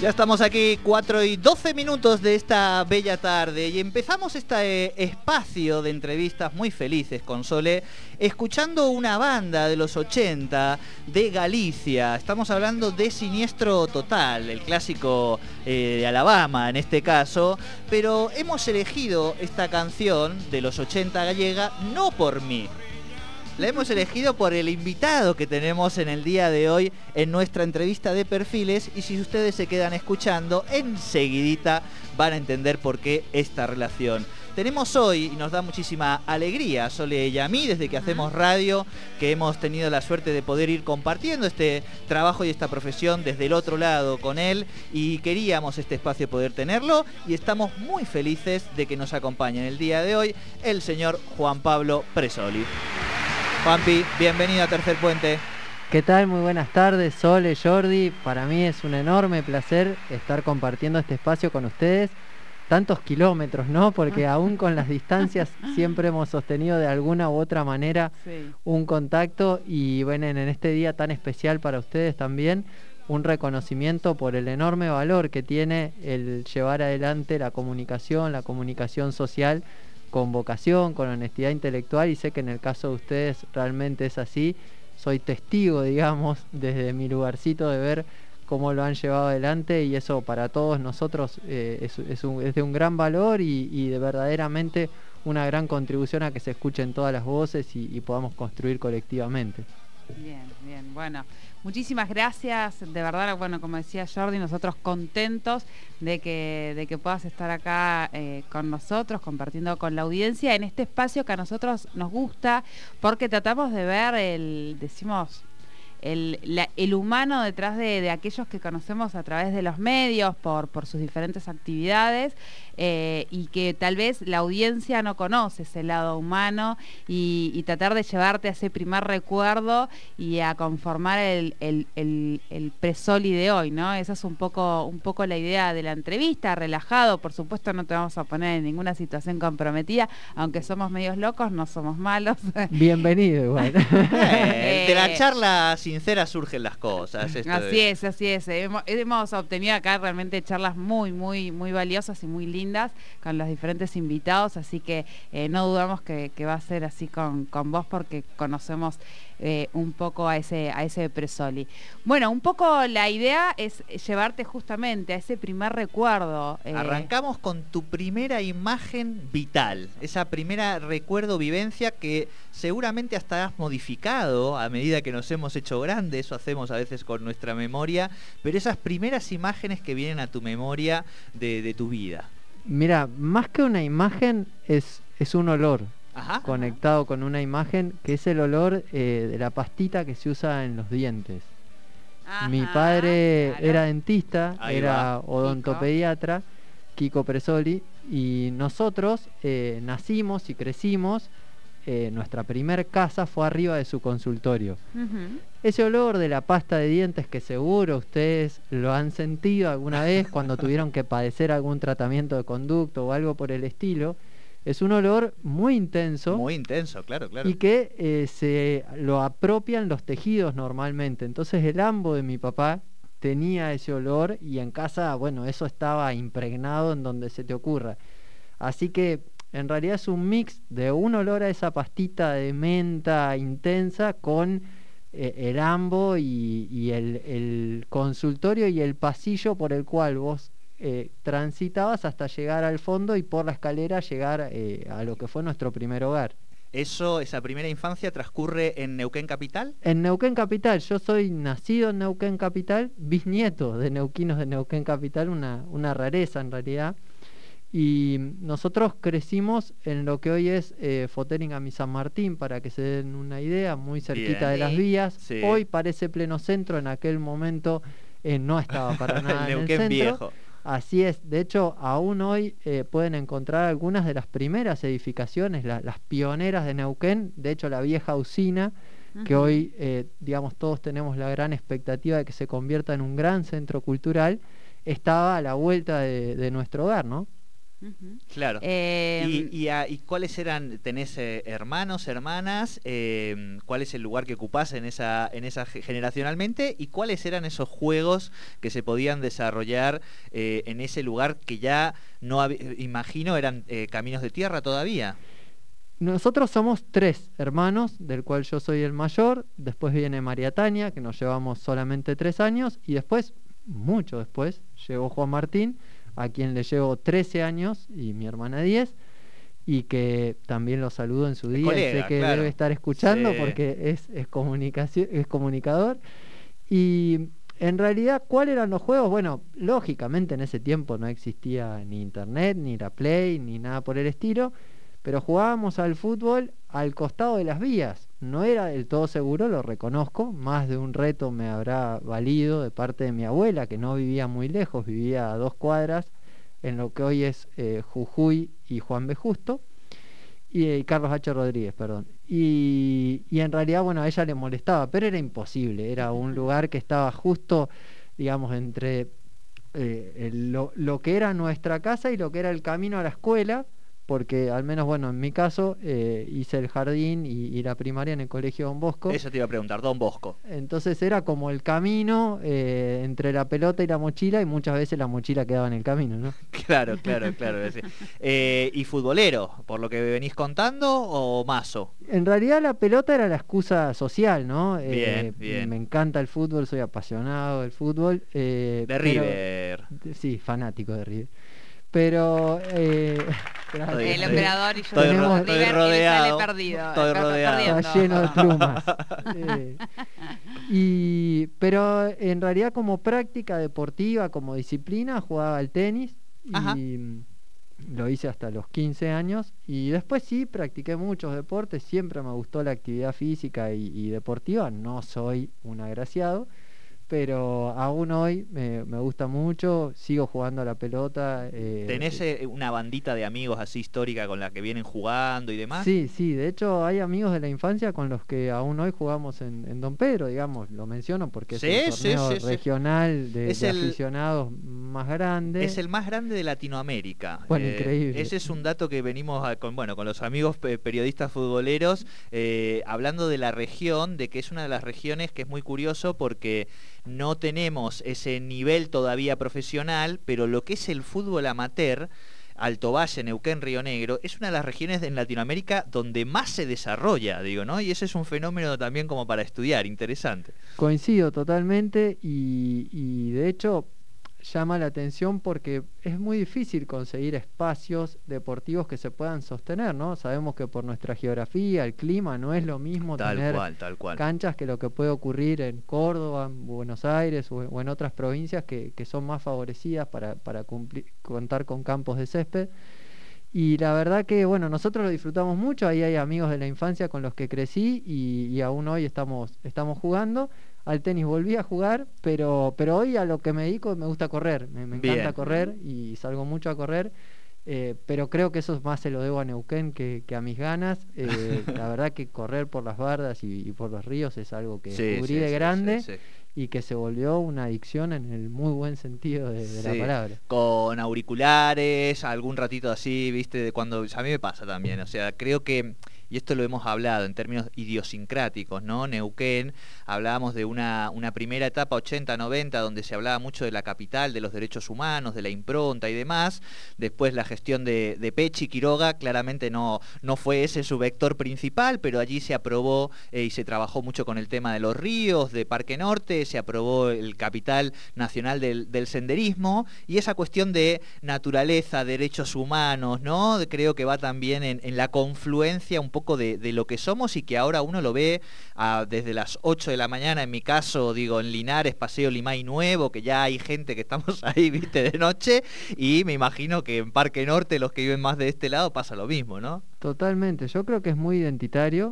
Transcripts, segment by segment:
Ya estamos aquí, 4:12 de esta bella tarde, y empezamos este espacio de entrevistas muy felices con Sole, escuchando una banda de los 80 de Galicia. Estamos hablando de Siniestro Total, el clásico de Alabama en este caso, pero hemos elegido esta canción de los 80 gallega no por mí. La hemos elegido por el invitado que tenemos en el día de hoy en nuestra entrevista de perfiles, y si ustedes se quedan escuchando, enseguidita van a entender por qué esta relación. Tenemos hoy, y nos da muchísima alegría, Sole y a mí, desde que hacemos radio, que hemos tenido la suerte de poder ir compartiendo este trabajo y esta profesión desde el otro lado con él, y queríamos este espacio poder tenerlo, y estamos muy felices de que nos acompañe en el día de hoy el señor Juan Pablo Presoli. Juanpi, bienvenido a Tercer Puente. ¿Qué tal? Muy buenas tardes, Sole, Jordi. Para mí es un enorme placer estar compartiendo este espacio con ustedes. Tantos kilómetros, ¿no? Porque aún con las distancias siempre hemos sostenido de alguna u otra manera un contacto, y bueno, en este día tan especial para ustedes también, un reconocimiento por el enorme valor que tiene el llevar adelante la comunicación social, con vocación, con honestidad intelectual, y sé que en el caso de ustedes realmente es así. Soy testigo, digamos, desde mi lugarcito de ver cómo lo han llevado adelante, y eso para todos nosotros es de un gran valor y de verdaderamente una gran contribución a que se escuchen todas las voces y podamos construir colectivamente. Bien, bueno, muchísimas gracias, de verdad, bueno, como decía Jordi, nosotros contentos de que puedas estar acá con nosotros, compartiendo con la audiencia en este espacio que a nosotros nos gusta, porque tratamos de ver el humano detrás de aquellos que conocemos a través de los medios por sus diferentes actividades, y que tal vez la audiencia no conoce ese lado humano, y tratar de llevarte a ese primer recuerdo y a conformar el Presoli de hoy, ¿no? Esa es un poco la idea de la entrevista, relajado. Por supuesto no te vamos a poner en ninguna situación comprometida, aunque somos medios locos, no somos malos. Bienvenido igual. De la charla sincera surgen las cosas. Así es. Hemos obtenido acá realmente charlas muy, muy, muy valiosas y muy lindas con los diferentes invitados, así que no dudamos que va a ser así con vos, porque conocemos un poco a ese Presoli. Bueno, un poco la idea es llevarte justamente a ese primer recuerdo. Arrancamos con tu primera imagen vital, esa primera recuerdo, vivencia, que seguramente hasta has modificado a medida que nos hemos hecho grandes. Eso hacemos a veces con nuestra memoria, pero esas primeras imágenes que vienen a tu memoria de tu vida. Mira, más que una imagen es un olor. Conectado con una imagen, que es el olor de la pastita que se usa en los dientes. Mi padre era dentista, era odontopediatra, Kiko Presoli, y nosotros nacimos y crecimos. Nuestra primer casa fue arriba de su consultorio. Ese olor de la pasta de dientes, que seguro ustedes lo han sentido alguna vez cuando tuvieron que padecer algún tratamiento de conducto o algo por el estilo, es un olor muy intenso. Muy intenso, claro. Y que se lo apropian los tejidos normalmente. Entonces el ambo de mi papá tenía ese olor, y en casa, bueno, eso estaba impregnado en donde se te ocurra. Así que en realidad es un mix de un olor a esa pastita de menta intensa con el ambo y el consultorio y el pasillo por el cual vos transitabas hasta llegar al fondo, y por la escalera llegar a lo que fue nuestro primer hogar. ¿Esa primera infancia transcurre en Neuquén Capital? En Neuquén Capital. Yo soy nacido en Neuquén Capital, bisnieto de neuquinos de Neuquén Capital, una rareza en realidad. Y nosotros crecimos en lo que hoy es Foteringham y San Martín, para que se den una idea, muy cerquita de las vías. Sí. Hoy parece pleno centro, en aquel momento no estaba para nada en el centro. Viejo. Así es, de hecho aún hoy pueden encontrar algunas de las primeras edificaciones, las pioneras de Neuquén. De hecho la vieja usina, que hoy digamos todos tenemos la gran expectativa de que se convierta en un gran centro cultural, estaba a la vuelta de nuestro hogar, ¿no? Claro. ¿Y cuáles eran? ¿Tenés hermanos, hermanas? ¿Cuál es el lugar que ocupás en esa generacionalmente? ¿Y cuáles eran esos juegos que se podían desarrollar en ese lugar que ya no imagino eran caminos de tierra todavía? Nosotros somos 3 hermanos, del cual yo soy el mayor. Después viene María Tania, que nos llevamos solamente 3 años. Y después, mucho después, llegó Juan Martín, a quien le llevo 13 años y mi hermana 10, y que también lo saludo en su día. Colega, sé que claro. debe estar escuchando, Sí. porque es comunicador. Y en realidad, ¿cuáles eran los juegos? Bueno, lógicamente en ese tiempo no existía ni internet, ni la Play, ni nada por el estilo, pero jugábamos al fútbol al costado de las vías. No era del todo seguro, lo reconozco, más de un reto me habrá valido de parte de mi abuela, que no vivía muy lejos, vivía a 2 cuadras, en lo que hoy es Jujuy y Juan B. Justo, y Carlos H. Rodríguez, perdón. Y en realidad, bueno, a ella le molestaba, pero era imposible, era un lugar que estaba justo, digamos, entre lo que era nuestra casa y lo que era el camino a la escuela, porque al menos, bueno, en mi caso hice el jardín y la primaria en el colegio Don Bosco. Eso te iba a preguntar, Don Bosco. Entonces era como el camino entre la pelota y la mochila, y muchas veces la mochila quedaba en el camino, ¿no? Claro. ¿Y futbolero, por lo que venís contando, o mazo? En realidad la pelota era la excusa social, ¿no? Bien. Me encanta el fútbol, soy apasionado del fútbol. De River. Sí, fanático de River. Pero el operador y yo estoy River, rodeado. y le sale perdido. Estoy rodeado. Está lleno de plumas. Pero en realidad, como práctica deportiva, como disciplina, jugaba al tenis. Ajá. Y lo hice hasta los 15 años. Y después sí, practiqué muchos deportes. Siempre me gustó la actividad física y deportiva. No soy un agraciado, pero aún hoy me gusta mucho, sigo jugando a la pelota. ¿Tenés una bandita de amigos así histórica con la que vienen jugando y demás? Sí, de hecho hay amigos de la infancia con los que aún hoy jugamos en Don Pedro, digamos, lo menciono porque es el torneo regional de aficionados más grande. Es el más grande de Latinoamérica. Bueno, increíble. Ese es un dato que venimos con los amigos periodistas futboleros, hablando de la región, de que es una de las regiones que es muy curioso porque no tenemos ese nivel todavía profesional, pero lo que es el fútbol amateur, Alto Valle, Neuquén, Río Negro, es una de las regiones en Latinoamérica donde más se desarrolla, digo, ¿no? Y ese es un fenómeno también como para estudiar, interesante. Coincido totalmente y de hecho llama la atención porque es muy difícil conseguir espacios deportivos que se puedan sostener, ¿no? Sabemos que por nuestra geografía, el clima, no es lo mismo tener tal cual. canchas que lo que puede ocurrir en Córdoba, en Buenos Aires o en otras provincias que son más favorecidas para contar con campos de césped. Y la verdad que, bueno, nosotros lo disfrutamos mucho. Ahí hay amigos de la infancia con los que crecí y aún hoy estamos jugando. Al tenis volví a jugar, pero hoy a lo que me dedico me gusta correr. Me encanta correr y salgo mucho a correr. Pero creo que eso más se lo debo a Neuquén que a mis ganas. La verdad que correr por las bardas y por los ríos es algo que descubrí de grande. Sí. Y que se volvió una adicción en el muy buen sentido de la palabra. Con auriculares, algún ratito así, viste, cuando a mí me pasa también, o sea, creo que, y esto lo hemos hablado en términos idiosincráticos, ¿no? Neuquén, hablábamos de una primera etapa 80-90 donde se hablaba mucho de la capital, de los derechos humanos, de la impronta y demás. Después la gestión de Pechi Quiroga, claramente no fue ese su vector principal, pero allí se aprobó y se trabajó mucho con el tema de los ríos, de Parque Norte, se aprobó el capital nacional del senderismo, y esa cuestión de naturaleza, derechos humanos, ¿no? Creo que va también en la confluencia un poco de lo que somos y que ahora uno lo ve desde las 8 de la mañana, en mi caso, digo, en Linares, Paseo Limay Nuevo, que ya hay gente que estamos ahí, viste, de noche, y me imagino que en Parque Norte, los que viven más de este lado, pasa lo mismo, ¿no? Totalmente, yo creo que es muy identitario.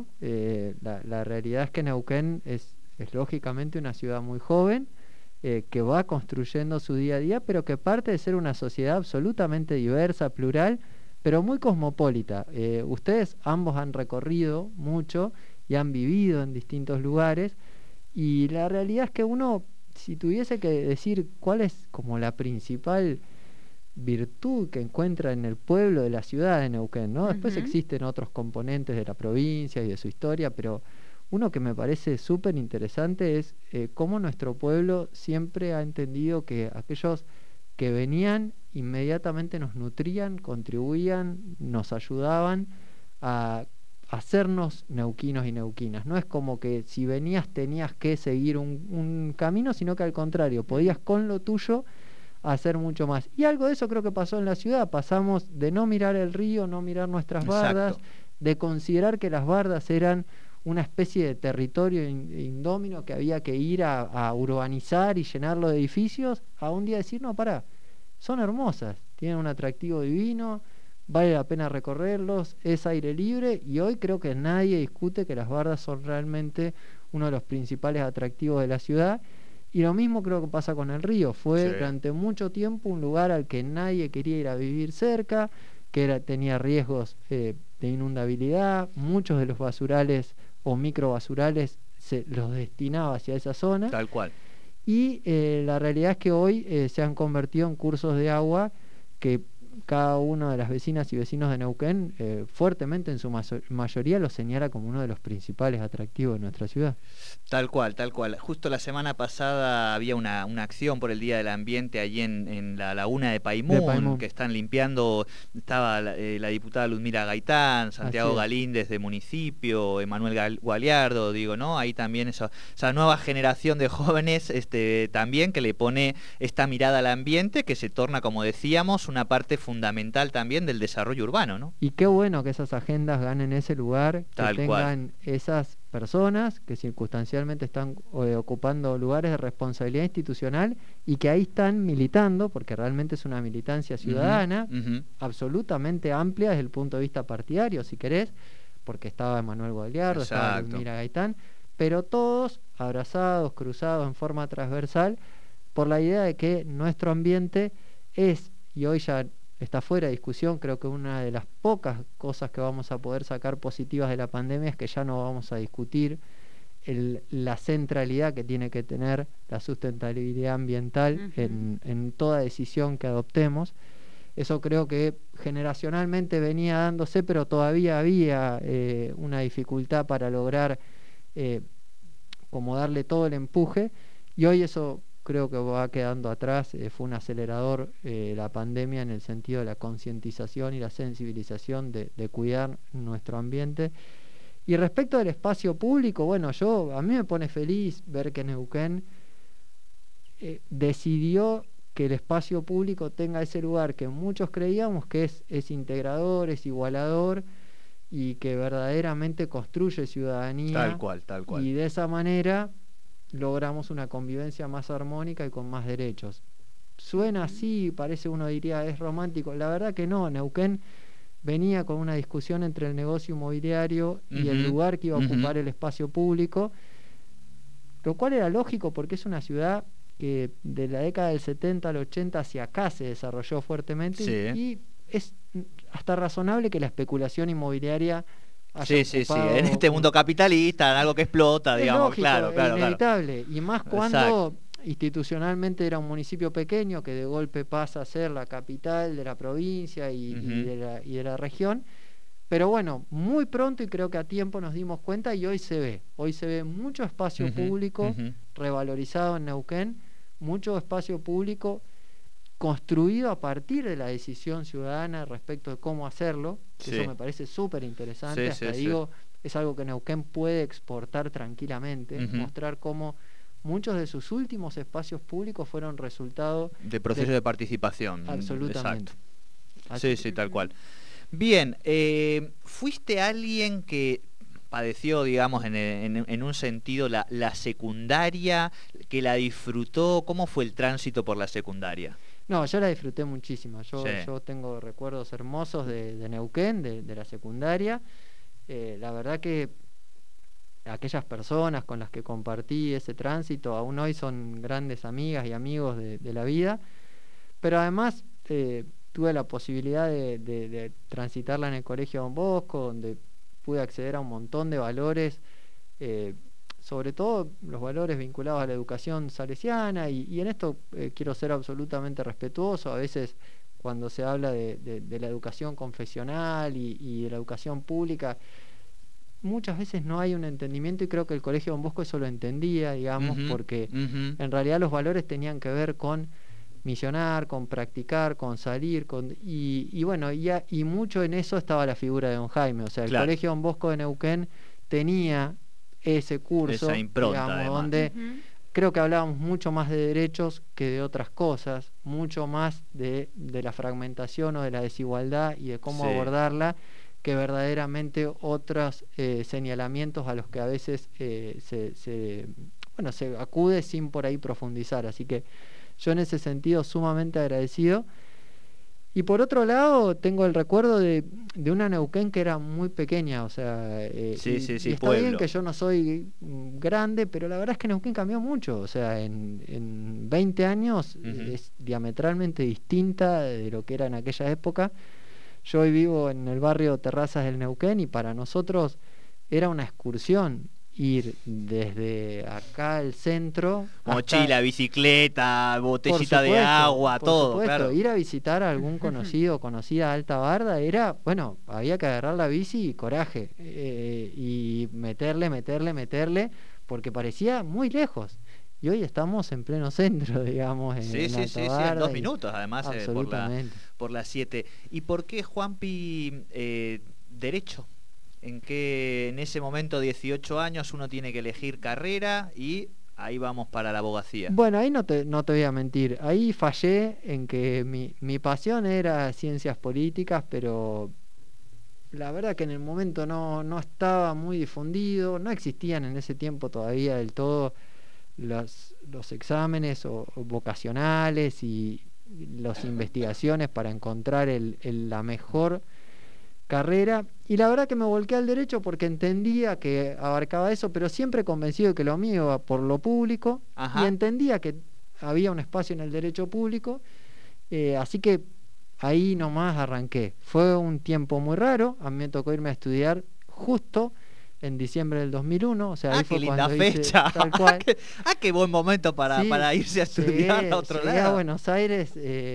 La realidad es que Neuquén es lógicamente una ciudad muy joven, que va construyendo su día a día, pero que parte de ser una sociedad absolutamente diversa, plural, pero muy cosmopolita. Ustedes ambos han recorrido mucho y han vivido en distintos lugares, y la realidad es que uno, si tuviese que decir cuál es como la principal virtud que encuentra en el pueblo de la ciudad de Neuquén, ¿no? Después Ujú. existen otros componentes de la provincia y de su historia, pero uno que me parece súper interesante es cómo nuestro pueblo siempre ha entendido que aquellos que venían inmediatamente nos nutrían, contribuían, nos ayudaban a hacernos neuquinos y neuquinas. No es como que si venías tenías que seguir un camino, sino que al contrario, podías con lo tuyo hacer mucho más. Y algo de eso creo que pasó en la ciudad. Pasamos de no mirar el río, no mirar nuestras bardas, de considerar que las bardas eran una especie de territorio indómino que había que ir a urbanizar y llenarlo de edificios, a un día decir, no, pará, son hermosas, tienen un atractivo divino, vale la pena recorrerlos, es aire libre, y hoy creo que nadie discute que las bardas son realmente uno de los principales atractivos de la ciudad. Y lo mismo creo que pasa con el río. Fue durante mucho tiempo un lugar al que nadie quería ir a vivir cerca, que tenía riesgos de inundabilidad. Muchos de los basurales o microbasurales se los destinaba hacia esa zona. Tal cual. Y la realidad es que hoy se han convertido en cursos de agua que cada una de las vecinas y vecinos de Neuquén fuertemente en su mayoría lo señala como uno de los principales atractivos de nuestra ciudad. Tal cual, tal cual. Justo la semana pasada había una acción por el Día del Ambiente allí en la laguna de Paimún, que están limpiando. Estaba la diputada Ludmila Gaitán, Santiago Galíndez de municipio, Emanuel Gualiardo, digo, ¿no? Ahí también esa nueva generación de jóvenes también que le pone esta mirada al ambiente que se torna, como decíamos, una parte fundamental también del desarrollo urbano, ¿no? Y qué bueno que esas agendas ganen ese lugar, Tal que tengan cual. esas personas que circunstancialmente están ocupando lugares de responsabilidad institucional y que ahí están militando, porque realmente es una militancia ciudadana, absolutamente amplia desde el punto de vista partidario, si querés, porque estaba Emanuel Gualiardo, estaba Ludmila Gaitán, pero todos abrazados, cruzados en forma transversal, por la idea de que nuestro ambiente es, y hoy ya está fuera de discusión, creo que una de las pocas cosas que vamos a poder sacar positivas de la pandemia es que ya no vamos a discutir la centralidad que tiene que tener la sustentabilidad ambiental en toda decisión que adoptemos. Eso creo que generacionalmente venía dándose, pero todavía había una dificultad para lograr como darle todo el empuje, y hoy eso creo que va quedando atrás. Fue un acelerador la pandemia en el sentido de la concientización y la sensibilización de cuidar nuestro ambiente. Y respecto del espacio público, bueno, a mí me pone feliz ver que Neuquén decidió que el espacio público tenga ese lugar que muchos creíamos que es integrador, es igualador y que verdaderamente construye ciudadanía. Tal cual, tal cual. Y de esa manera logramos una convivencia más armónica y con más derechos. Suena así, parece, uno diría es romántico. La verdad que no. Neuquén venía con una discusión entre el negocio inmobiliario y el lugar que iba a ocupar el espacio público, lo cual era lógico porque es una ciudad que de la década del 70 al 80 hacia acá se desarrolló fuertemente, y es hasta razonable que la especulación inmobiliaria Sí, en este mundo capitalista, algo que explota, digamos, lógico, claro. Inevitable, y más cuando institucionalmente era un municipio pequeño que de golpe pasa a ser la capital de la provincia y de la región. Pero bueno, muy pronto, y creo que a tiempo, nos dimos cuenta, y hoy se ve mucho espacio público revalorizado en Neuquén, mucho espacio público construido a partir de la decisión ciudadana respecto de cómo hacerlo. Eso me parece súper interesante. Es algo que Neuquén puede exportar tranquilamente, mostrar cómo muchos de sus últimos espacios públicos fueron resultado de procesos de participación. Absolutamente. Sí, tal cual. Bien, ¿fuiste alguien que padeció, digamos, en un sentido la secundaria, que la disfrutó? ¿Cómo fue el tránsito por la secundaria? No, yo la disfruté muchísimo. Yo tengo recuerdos hermosos de Neuquén, de la secundaria. La verdad que aquellas personas con las que compartí ese tránsito aún hoy son grandes amigas y amigos de la vida. Pero además tuve la posibilidad de transitarla en el Colegio Don Bosco, donde pude acceder a un montón de valores, sobre todo los valores vinculados a la educación salesiana, y en esto quiero ser absolutamente respetuoso. A veces cuando se habla de la educación confesional y de la educación pública, muchas veces no hay un entendimiento, y creo que el Colegio Don Bosco eso lo entendía, digamos, porque en realidad los valores tenían que ver con misionar, con practicar, con salir, y bueno, y mucho en eso estaba la figura de don Jaime. O sea, el Colegio Don Bosco de Neuquén tenía ese curso, esa impronta, digamos, donde creo que hablábamos mucho más de derechos que de otras cosas, mucho más de la fragmentación o de la desigualdad y de cómo abordarla, que verdaderamente otros señalamientos a los que a veces se acude sin por ahí profundizar. Así que yo en ese sentido sumamente agradecido. Y por otro lado, tengo el recuerdo de una Neuquén que era muy pequeña, o sea, y está bien que yo no soy grande, pero la verdad es que Neuquén cambió mucho, o sea, en 20 años es diametralmente distinta de lo que era en aquella época. Yo hoy vivo en el barrio Terrazas del Neuquén y para nosotros era una excursión ir desde acá al centro, mochila, bicicleta, botellita de agua, todo, claro. Ir a visitar a algún conocido o conocida Alta Barda era, bueno, había que agarrar la bici y coraje, y meterle, porque parecía muy lejos. Y hoy estamos en pleno centro, digamos, en Alta Barda, en 2 minutos, además, por las 7. ¿Y por qué, Juanpi, derecho? En ese momento, 18 años, uno tiene que elegir carrera y ahí vamos para la abogacía. Bueno, ahí no te voy a mentir. Ahí fallé en que mi pasión era ciencias políticas, pero la verdad que en el momento no estaba muy difundido. No existían en ese tiempo todavía del todo los exámenes o vocacionales y las investigaciones para encontrar la mejor carrera, y la verdad que me volqué al derecho porque entendía que abarcaba eso, pero siempre convencido de que lo mío iba por lo público. Y entendía que había un espacio en el derecho público, así que ahí nomás arranqué. Fue un tiempo muy raro, a mí me tocó irme a estudiar justo en diciembre del 2001, o sea, ahí fue qué linda fecha. Tal cual. Qué buen momento para irse a estudiar a otro lado. A Buenos Aires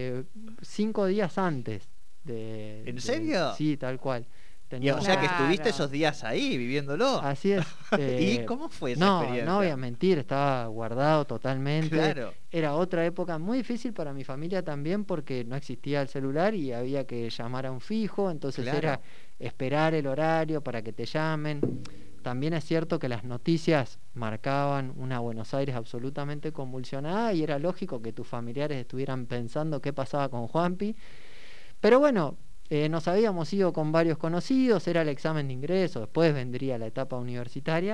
5 días antes. ¿En serio? Sí, tal cual. O sea que estuviste esos días ahí viviéndolo. Así es. ¿Y cómo fue esa experiencia? No voy a mentir, estaba guardado totalmente. Claro. Era otra época muy difícil para mi familia también porque no existía el celular y había que llamar a un fijo, entonces era esperar el horario para que te llamen. También es cierto que las noticias marcaban una Buenos Aires absolutamente convulsionada y era lógico que tus familiares estuvieran pensando qué pasaba con Juanpi. Pero bueno, nos habíamos ido con varios conocidos, era el examen de ingreso, después vendría la etapa universitaria,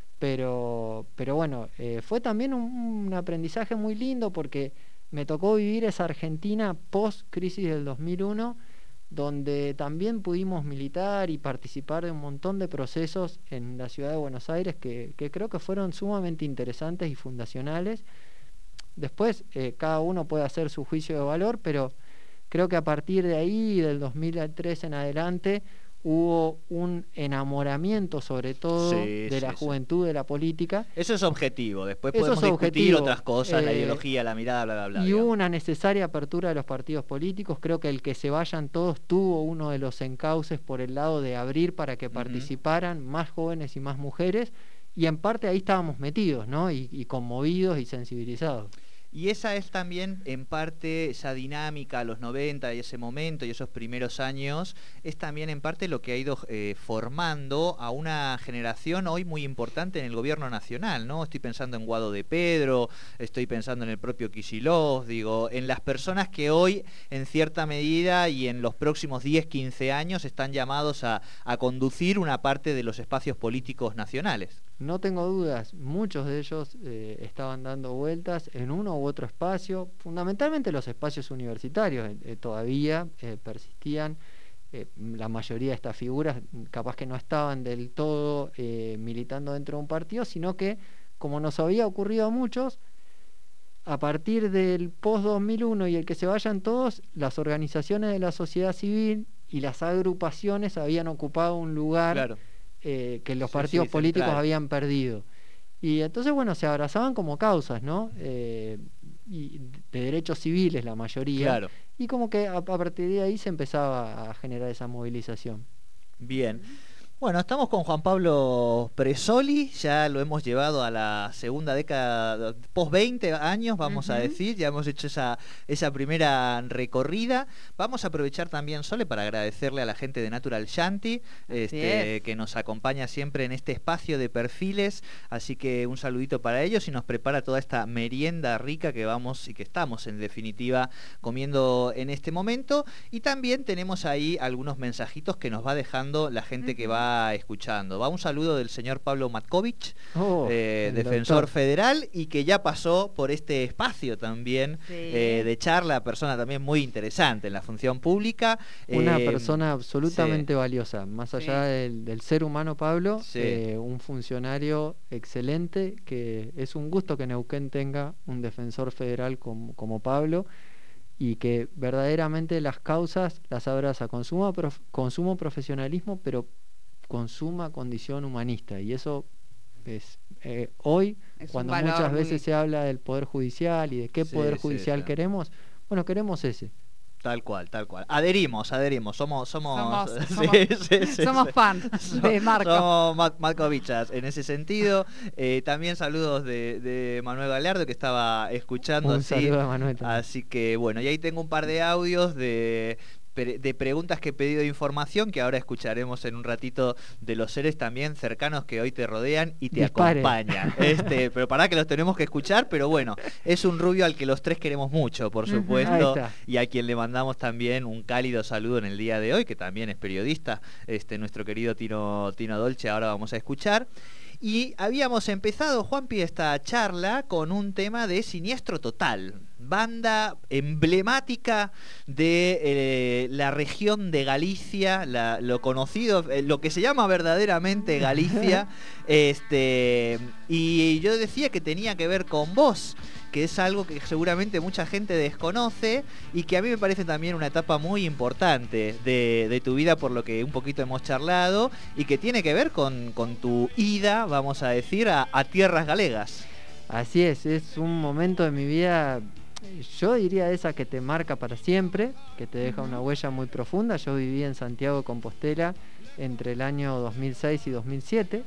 pero bueno, fue también un aprendizaje muy lindo porque me tocó vivir esa Argentina post-crisis del 2001, donde también pudimos militar y participar de un montón de procesos en la ciudad de Buenos Aires que creo que fueron sumamente interesantes y fundacionales. Después cada uno puede hacer su juicio de valor, pero creo que a partir de ahí, del 2003 en adelante, hubo un enamoramiento sobre todo de la juventud, de la política. Eso es objetivo, después podemos discutir otras cosas, la ideología, la mirada, bla, bla, bla. Y hubo una necesaria apertura de los partidos políticos. Creo que el que se vayan todos tuvo uno de los encauces por el lado de abrir para que participaran más jóvenes y más mujeres, y en parte ahí estábamos metidos, ¿no? Y conmovidos y sensibilizados. Y esa es también, en parte, esa dinámica a los 90 y ese momento y esos primeros años, es también en parte lo que ha ido formando a una generación hoy muy importante en el gobierno nacional, ¿no? Estoy pensando en Guado de Pedro, estoy pensando en el propio Kicillof, digo, en las personas que hoy, en cierta medida y en los próximos 10, 15 años, están llamados a conducir una parte de los espacios políticos nacionales. No tengo dudas, muchos de ellos estaban dando vueltas en uno u otro espacio, fundamentalmente los espacios universitarios todavía persistían. La mayoría de estas figuras capaz que no estaban del todo militando dentro de un partido, sino que, como nos había ocurrido a muchos, a partir del post-2001 y el que se vayan todos, las organizaciones de la sociedad civil y las agrupaciones habían ocupado un lugar que los partidos políticos habían perdido. Y entonces, bueno, se abrazaban como causas, ¿no? Y de derechos civiles la mayoría. y como que a partir de ahí se empezaba a generar esa movilización. Bien. Bueno, estamos con Juan Pablo Presoli, ya lo hemos llevado a la segunda década, post 20 años, vamos a decir, ya hemos hecho esa primera recorrida. Vamos a aprovechar también, Sole, para agradecerle a la gente de Natural Shanty, que nos acompaña siempre en este espacio de perfiles, así que un saludito para ellos y nos prepara toda esta merienda rica que vamos y que estamos en definitiva comiendo en este momento. Y también tenemos ahí algunos mensajitos que nos va dejando la gente que va escuchando. Va un saludo del señor Pablo Matkovich, defensor federal, y que ya pasó por este espacio también de charla, persona también muy interesante en la función pública. Una persona absolutamente valiosa, más allá del ser humano, Pablo, un funcionario excelente, que es un gusto que Neuquén tenga un defensor federal como Pablo, y que verdaderamente las causas las abraza con sumo profesionalismo, pero con suma condición humanista, y eso es hoy, cuando muchas veces se habla del Poder Judicial y de qué Poder Judicial queremos, bueno, queremos ese. Tal cual. Adherimos. Somos fan de Marco. Somos Marcovichas en ese sentido. También saludos de Manuel Galardo, que estaba escuchando. Un saludo a Manuel también. Así que bueno, y ahí tengo un par de audios de preguntas que he pedido de información, que ahora escucharemos en un ratito, de los seres también cercanos que hoy te rodean y te acompañan. Pero pará, que los tenemos que escuchar, pero bueno, es un rubio al que los tres queremos mucho, por supuesto, y a quien le mandamos también un cálido saludo en el día de hoy, que también es periodista, nuestro querido Tino Dolce, ahora vamos a escuchar. Y habíamos empezado, Juanpi, esta charla con un tema de Siniestro Total, banda emblemática de la región de Galicia, lo conocido, lo que se llama verdaderamente Galicia, y yo decía que tenía que ver con vos, que es algo que seguramente mucha gente desconoce y que a mí me parece también una etapa muy importante de tu vida, por lo que un poquito hemos charlado, y que tiene que ver con tu ida, vamos a decir, a tierras galegas. Así es un momento de mi vida, yo diría esa que te marca para siempre, que te deja una huella muy profunda. Yo viví en Santiago de Compostela entre el año 2006 y 2007,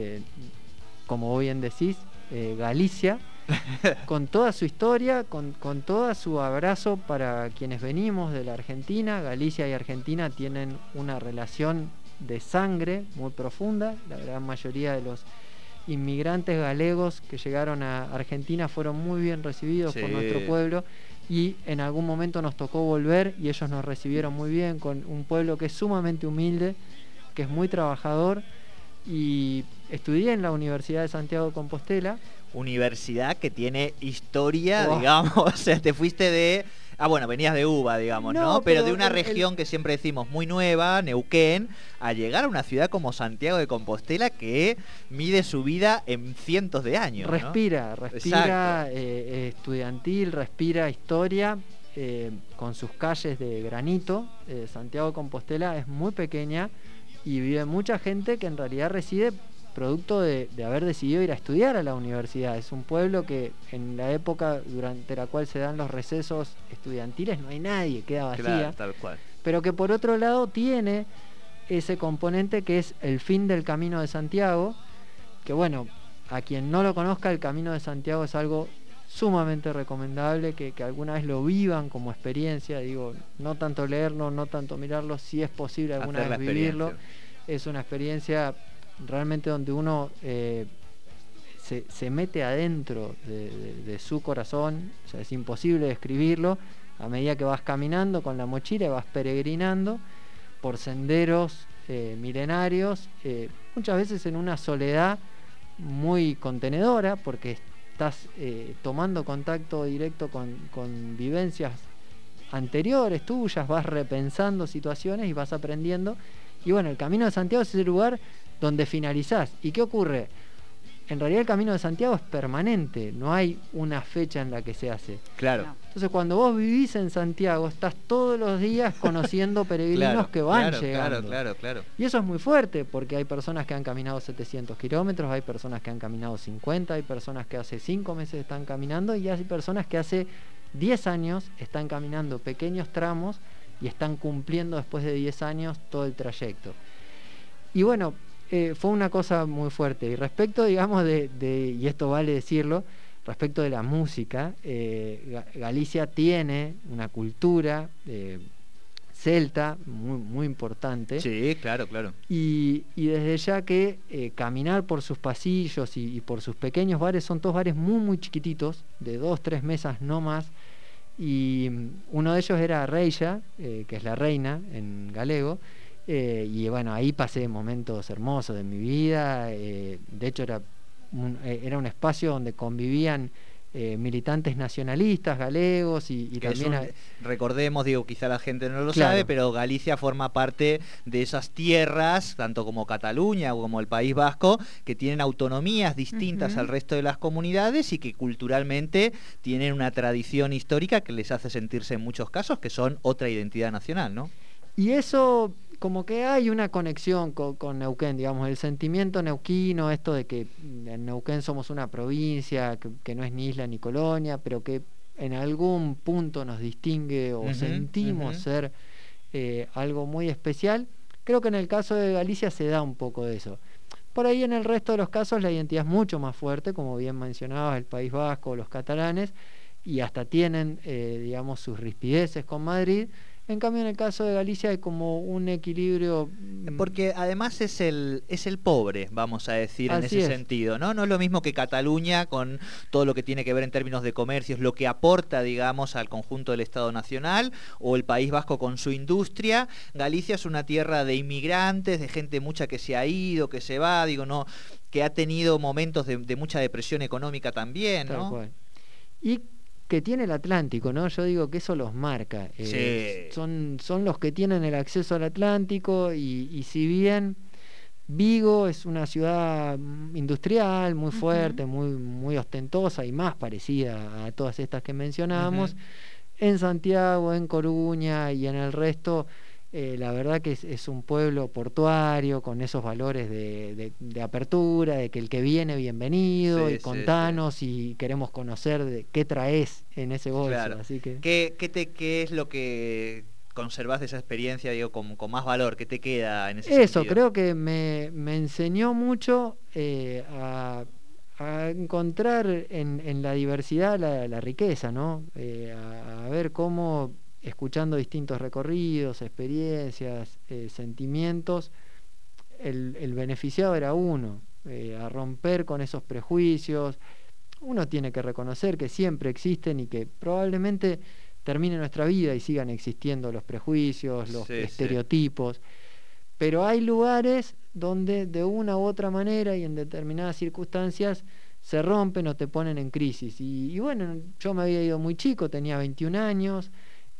como bien decís, Galicia, con toda su historia, con todo su abrazo para quienes venimos de la Argentina. Galicia y Argentina tienen una relación de sangre muy profunda. La gran mayoría de los inmigrantes galegos que llegaron a Argentina fueron muy bien recibidos por nuestro pueblo, y en algún momento nos tocó volver y ellos nos recibieron muy bien, con un pueblo que es sumamente humilde, que es muy trabajador. Y estudié en la Universidad de Santiago de Compostela. Universidad que tiene historia, digamos, o sea, te fuiste de... bueno, venías de UBA, digamos, ¿no? Pero de una región que siempre decimos muy nueva, Neuquén, a llegar a una ciudad como Santiago de Compostela, que mide su vida en cientos de años, Respira estudiantil, respira historia, con sus calles de granito. Santiago de Compostela es muy pequeña y vive mucha gente que en realidad reside producto de haber decidido ir a estudiar a la universidad. Es un pueblo que en la época durante la cual se dan los recesos estudiantiles no hay nadie, queda vacía. Claro, tal cual. Pero que por otro lado tiene ese componente que es el fin del Camino de Santiago, que bueno, a quien no lo conozca, el Camino de Santiago es algo sumamente recomendable, que alguna vez lo vivan como experiencia. Digo, no tanto leerlo, no tanto mirarlo, si es posible alguna vez vivirlo. Es una experiencia realmente donde uno se mete adentro de su corazón. O sea, es imposible describirlo. A medida que vas caminando con la mochila y vas peregrinando por senderos milenarios, muchas veces en una soledad muy contenedora, porque estás tomando contacto directo con vivencias anteriores tuyas, vas repensando situaciones y vas aprendiendo. Y bueno, el Camino de Santiago es ese lugar donde finalizás. ¿Y qué ocurre? En realidad el Camino de Santiago es permanente, no hay una fecha en la que se hace. Claro. Entonces cuando vos vivís en Santiago, estás todos los días conociendo peregrinos que van llegando. Claro. Y eso es muy fuerte, porque hay personas que han caminado 700 kilómetros, hay personas que han caminado 50, hay personas que hace 5 meses están caminando, y hay personas que hace 10 años están caminando pequeños tramos y están cumpliendo después de 10 años todo el trayecto. Y bueno, fue una cosa muy fuerte. Y respecto, digamos, y esto vale decirlo, respecto de la música, Galicia tiene una cultura celta muy, muy importante. Sí, claro, claro. Y desde ya que caminar por sus pasillos y por sus pequeños bares, son todos bares muy, muy chiquititos, de 2, 3 mesas, no más. Y uno de ellos era Reia, que es la reina en galego. Y bueno, ahí pasé momentos hermosos de mi vida. De hecho, era un espacio donde convivían militantes nacionalistas galegos y también... recordemos, digo, quizá la gente no lo Claro. sabe, pero Galicia forma parte de esas tierras, tanto como Cataluña o como el País Vasco, que tienen autonomías distintas al resto de las comunidades y que culturalmente tienen una tradición histórica que les hace sentirse en muchos casos que son otra identidad nacional, ¿no? Y eso, como que hay una conexión con Neuquén, digamos, el sentimiento neuquino, esto de que en Neuquén somos una provincia, que no es ni isla ni colonia, pero que en algún punto nos distingue o sentimos ser algo muy especial. Creo que en el caso de Galicia se da un poco de eso. Por ahí en el resto de los casos la identidad es mucho más fuerte, como bien mencionabas, el País Vasco, los catalanes, y hasta tienen, digamos, sus rispideces con Madrid. En cambio, en el caso de Galicia hay como un equilibrio... Porque además es el pobre, vamos a decir, en ese sentido, ¿no? No es lo mismo que Cataluña, con todo lo que tiene que ver en términos de comercios, lo que aporta, digamos, al conjunto del Estado Nacional, o el País Vasco con su industria. Galicia es una tierra de inmigrantes, de gente mucha que se ha ido, que se va, digo, no, que ha tenido momentos de mucha depresión económica también, ¿no? Tal cual. Y que tiene el Atlántico, ¿no? Yo digo que eso los marca. Sí. Son los que tienen el acceso al Atlántico y si bien Vigo es una ciudad industrial muy fuerte, muy, muy ostentosa y más parecida a todas estas que mencionábamos, en Santiago, en Coruña y en el resto... la verdad que es un pueblo portuario con esos valores de apertura, de que el que viene, bienvenido, y contanos y queremos conocer de qué traes en ese bolso. Claro. Así que... ¿Qué es lo que conservás de esa experiencia, digo, con más valor? ¿Qué te queda en ese Eso, sentido? creo que me enseñó mucho a encontrar en la diversidad la riqueza, ¿no? A ver cómo... escuchando distintos recorridos, experiencias, sentimientos, el beneficiado era uno, a romper con esos prejuicios. Uno tiene que reconocer que siempre existen y que probablemente termine nuestra vida y sigan existiendo los prejuicios, los estereotipos, pero hay lugares donde de una u otra manera y en determinadas circunstancias se rompen o te ponen en crisis. Y bueno, yo me había ido muy chico, tenía 21 años,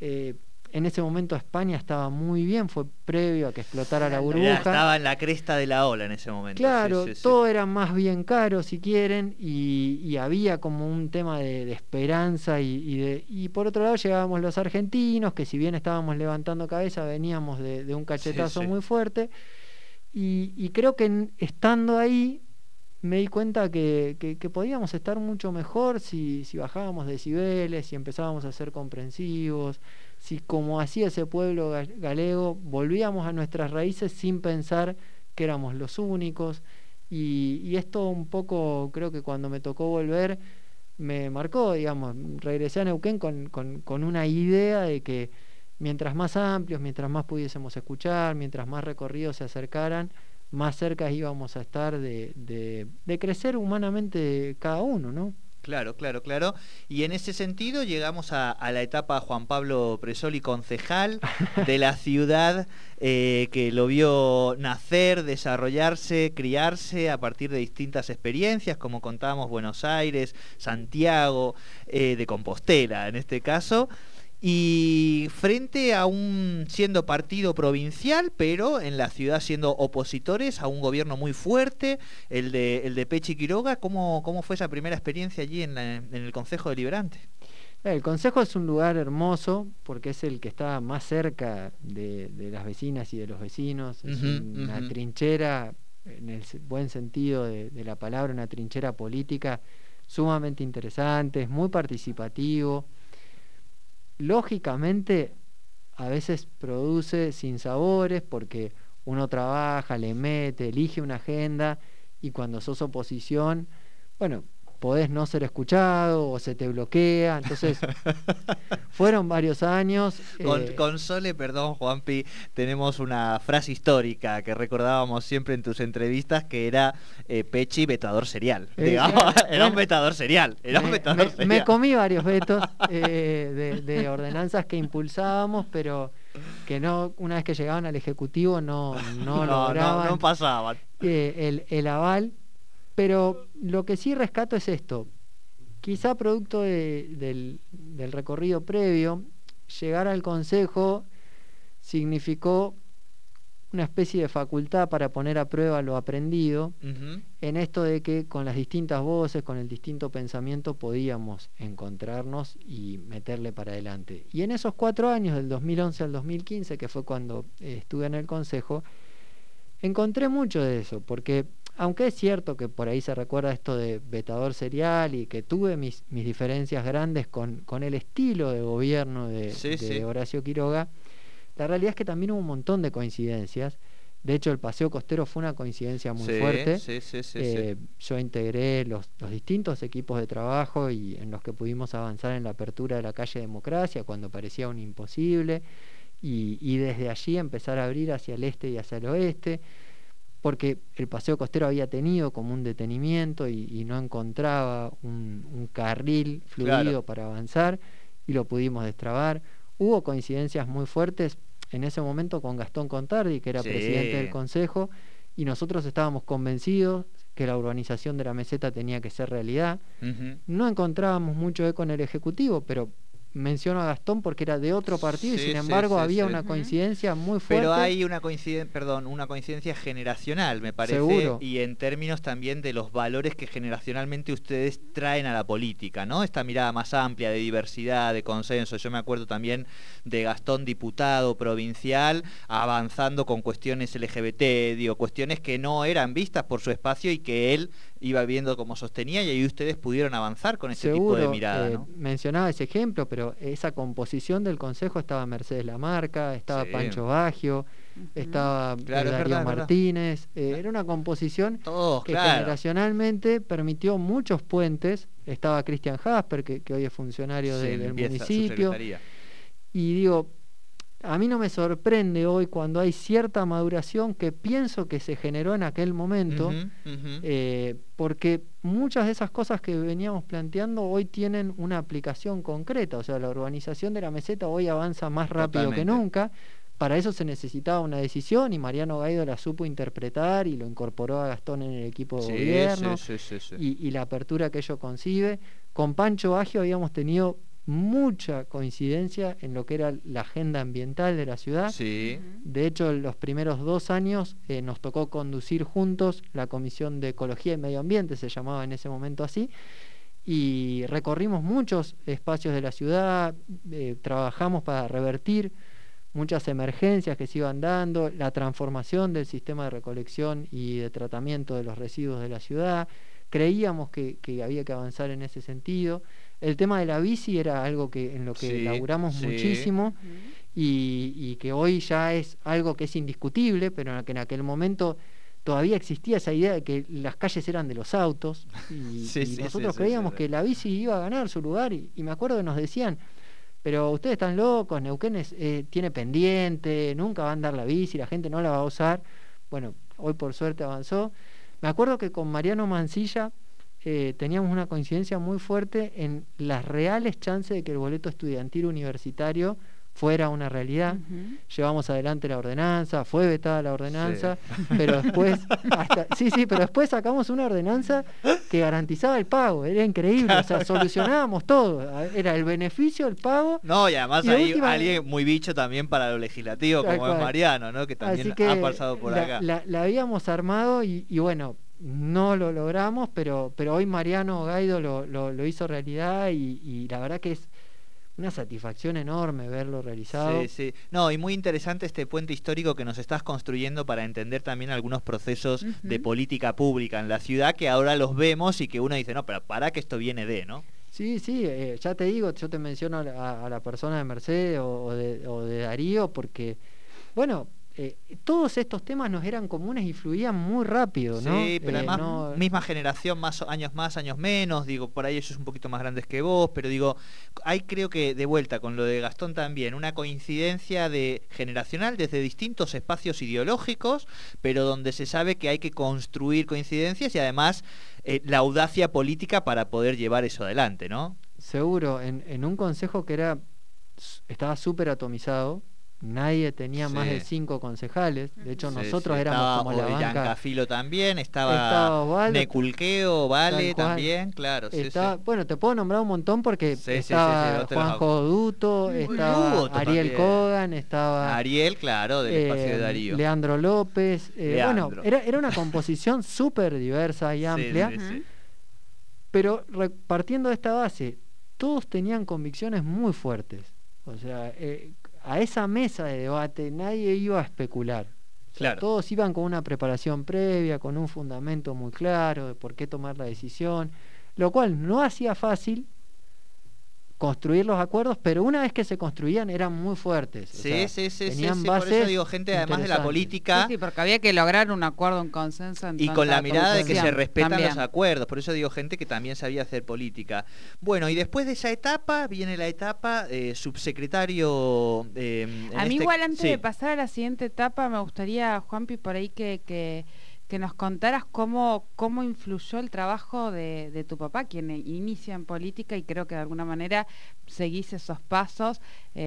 en ese momento España estaba muy bien, fue previo a que explotara la burbuja. Ya estaba en la cresta de la ola en ese momento. Claro, todo era más bien caro, si quieren, y había como un tema de esperanza y por otro lado llegábamos los argentinos, que si bien estábamos levantando cabeza, veníamos de un cachetazo muy fuerte, y creo que estando ahí me di cuenta que podíamos estar mucho mejor si bajábamos decibeles, si empezábamos a ser comprensivos, si como hacía ese pueblo galego volvíamos a nuestras raíces sin pensar que éramos los únicos. Y esto un poco creo que cuando me tocó volver me marcó, digamos, regresé a Neuquén con una idea de que mientras más amplios, mientras más pudiésemos escuchar, mientras más recorridos se acercaran, más cerca íbamos a estar de crecer humanamente cada uno, ¿no? Claro. Y en ese sentido llegamos a la etapa Juan Pablo Presoli, concejal de la ciudad, que lo vio nacer, desarrollarse, criarse a partir de distintas experiencias, como contábamos, Buenos Aires, Santiago, de Compostela en este caso. Y frente a siendo partido provincial, pero en la ciudad siendo opositores a un gobierno muy fuerte, el de Pechi Quiroga, ¿cómo fue esa primera experiencia allí en el Concejo Deliberante? El Concejo es un lugar hermoso porque es el que está más cerca de las vecinas y de los vecinos. Es una trinchera, en el buen sentido de la palabra, una trinchera política sumamente interesante, es muy participativo. lógicamente a veces produce sinsabores porque uno trabaja, le mete, elige una agenda y cuando sos oposición, bueno, podés no ser escuchado o se te bloquea, entonces fueron varios años. Con Sole, perdón Juanpi, tenemos una frase histórica que recordábamos siempre en tus entrevistas, que era Pechi vetador serial. Digamos, era un vetador serial. Me comí varios vetos de ordenanzas que impulsábamos, pero que no, una vez que llegaban al Ejecutivo no lograban no pasaban el aval. Pero lo que sí rescato es esto, quizá producto del recorrido previo, llegar al Consejo significó una especie de facultad para poner a prueba lo aprendido, en esto de que con las distintas voces, con el distinto pensamiento podíamos encontrarnos y meterle para adelante. Y en esos 4 años, del 2011 al 2015, que fue cuando estuve en el Consejo, encontré mucho de eso, porque aunque es cierto que por ahí se recuerda esto de vetador serial y que tuve mis diferencias grandes con el estilo de gobierno de Horacio Quiroga, la realidad es que también hubo un montón de coincidencias. De hecho, el paseo costero fue una coincidencia muy fuerte. Yo integré los distintos equipos de trabajo y en los que pudimos avanzar en la apertura de la calle Democracia cuando parecía un imposible y desde allí empezar a abrir hacia el este y hacia el oeste, porque el paseo costero había tenido como un detenimiento y no encontraba un carril fluido para avanzar y lo pudimos destrabar. Hubo coincidencias muy fuertes en ese momento con Gastón Contardi, que era presidente del Consejo, y nosotros estábamos convencidos que la urbanización de la meseta tenía que ser realidad. No encontrábamos mucho eco en el Ejecutivo, pero menciono a Gastón porque era de otro partido y sin embargo había una coincidencia muy fuerte. Pero hay una coincidencia generacional, me parece. Seguro. Y en términos también de los valores que generacionalmente ustedes traen a la política, ¿no? Esta mirada más amplia de diversidad, de consenso. Yo me acuerdo también de Gastón, diputado provincial, avanzando con cuestiones LGBT, cuestiones que no eran vistas por su espacio y que él iba viendo cómo sostenía, y ahí ustedes pudieron avanzar con ese tipo de mirada, ¿no? Mencionaba ese ejemplo, pero esa composición del Consejo estaba Mercedes Lamarca, estaba Pancho Baggio, estaba Darío Martínez, era una composición que generacionalmente permitió muchos puentes. Estaba Cristian Jasper, que hoy es funcionario del municipio, y digo, a mí no me sorprende hoy cuando hay cierta maduración que pienso que se generó en aquel momento, porque muchas de esas cosas que veníamos planteando hoy tienen una aplicación concreta. O sea, la urbanización de la meseta hoy avanza más rápido que nunca. Para eso se necesitaba una decisión y Mariano Gaido la supo interpretar y lo incorporó a Gastón en el equipo de gobierno y la apertura que ello concibe. Con Pancho Baggio habíamos tenido mucha coincidencia en lo que era la agenda ambiental de la ciudad. De hecho, los primeros 2 años nos tocó conducir juntos la Comisión de Ecología y Medio Ambiente, se llamaba en ese momento así, y recorrimos muchos espacios de la ciudad, trabajamos para revertir muchas emergencias que se iban dando, la transformación del sistema de recolección y de tratamiento de los residuos de la ciudad. Creíamos que había que avanzar en ese sentido. El tema de la bici era algo en lo que laburamos muchísimo y que hoy ya es algo que es indiscutible, pero que en aquel momento todavía existía esa idea de que las calles eran de los autos y nosotros creíamos que la bici iba a ganar su lugar y me acuerdo que nos decían, pero ustedes están locos, Neuquén tiene pendiente, nunca va a andar la bici, la gente no la va a usar. Bueno, hoy por suerte avanzó. Me acuerdo que con Mariano Mansilla teníamos una coincidencia muy fuerte en las reales chances de que el boleto estudiantil universitario fuera una realidad. Llevamos adelante la ordenanza, fue vetada la ordenanza, pero después pero después sacamos una ordenanza que garantizaba el pago, era increíble, o sea, solucionábamos todo, era el beneficio, el pago. No, y además hay alguien muy bicho también para lo legislativo, como es Mariano, ¿no? Que también ha pasado por acá. La habíamos armado y bueno, no lo logramos, pero hoy Mariano Gaido lo hizo realidad y la verdad que es una satisfacción enorme verlo realizado. No, y muy interesante este puente histórico que nos estás construyendo para entender también algunos procesos de política pública en la ciudad que ahora los vemos y que uno dice, no, pero para que esto viene ¿no? Sí, ya te digo, yo te menciono a la persona de Mercedes o de Darío, porque, bueno, todos estos temas nos eran comunes y fluían muy rápido, ¿no? Sí, pero además misma generación, más años menos, digo, por ahí ellos un poquito más grandes que vos, pero digo, hay creo que de vuelta con lo de Gastón también, una coincidencia de generacional desde distintos espacios ideológicos, pero donde se sabe que hay que construir coincidencias y además la audacia política para poder llevar eso adelante, ¿no? Seguro, en un consejo que estaba súper atomizado. Nadie tenía más de 5 concejales. De hecho, nosotros éramos como la banca. Yancafilo también, estaba Neculqueo, Vale también, claro. Bueno, te puedo nombrar un montón porque estaba Juanjo Duto, estaba Ariel Kogan, estaba Ariel, claro, del espacio de Darío. Leandro López. Bueno, era una composición súper diversa y amplia. Pero partiendo de esta base, todos tenían convicciones muy fuertes. O sea, a esa mesa de debate nadie iba a especular. Claro. Todos iban con una preparación previa, con un fundamento muy claro de por qué tomar la decisión, lo cual no hacía fácil construir los acuerdos, pero una vez que se construían eran muy fuertes. Tenían bases. Por eso digo, gente además de la política. Sí, porque había que lograr un acuerdo, un consenso. Y con la mirada de que se respetan los acuerdos. Por eso digo, gente que también sabía hacer política. Bueno, y después de esa etapa viene la etapa subsecretario. A mí igual antes de pasar a la siguiente etapa me gustaría, Juanpi, por ahí que nos contaras cómo influyó el trabajo de tu papá, quien inicia en política y creo que de alguna manera seguís esos pasos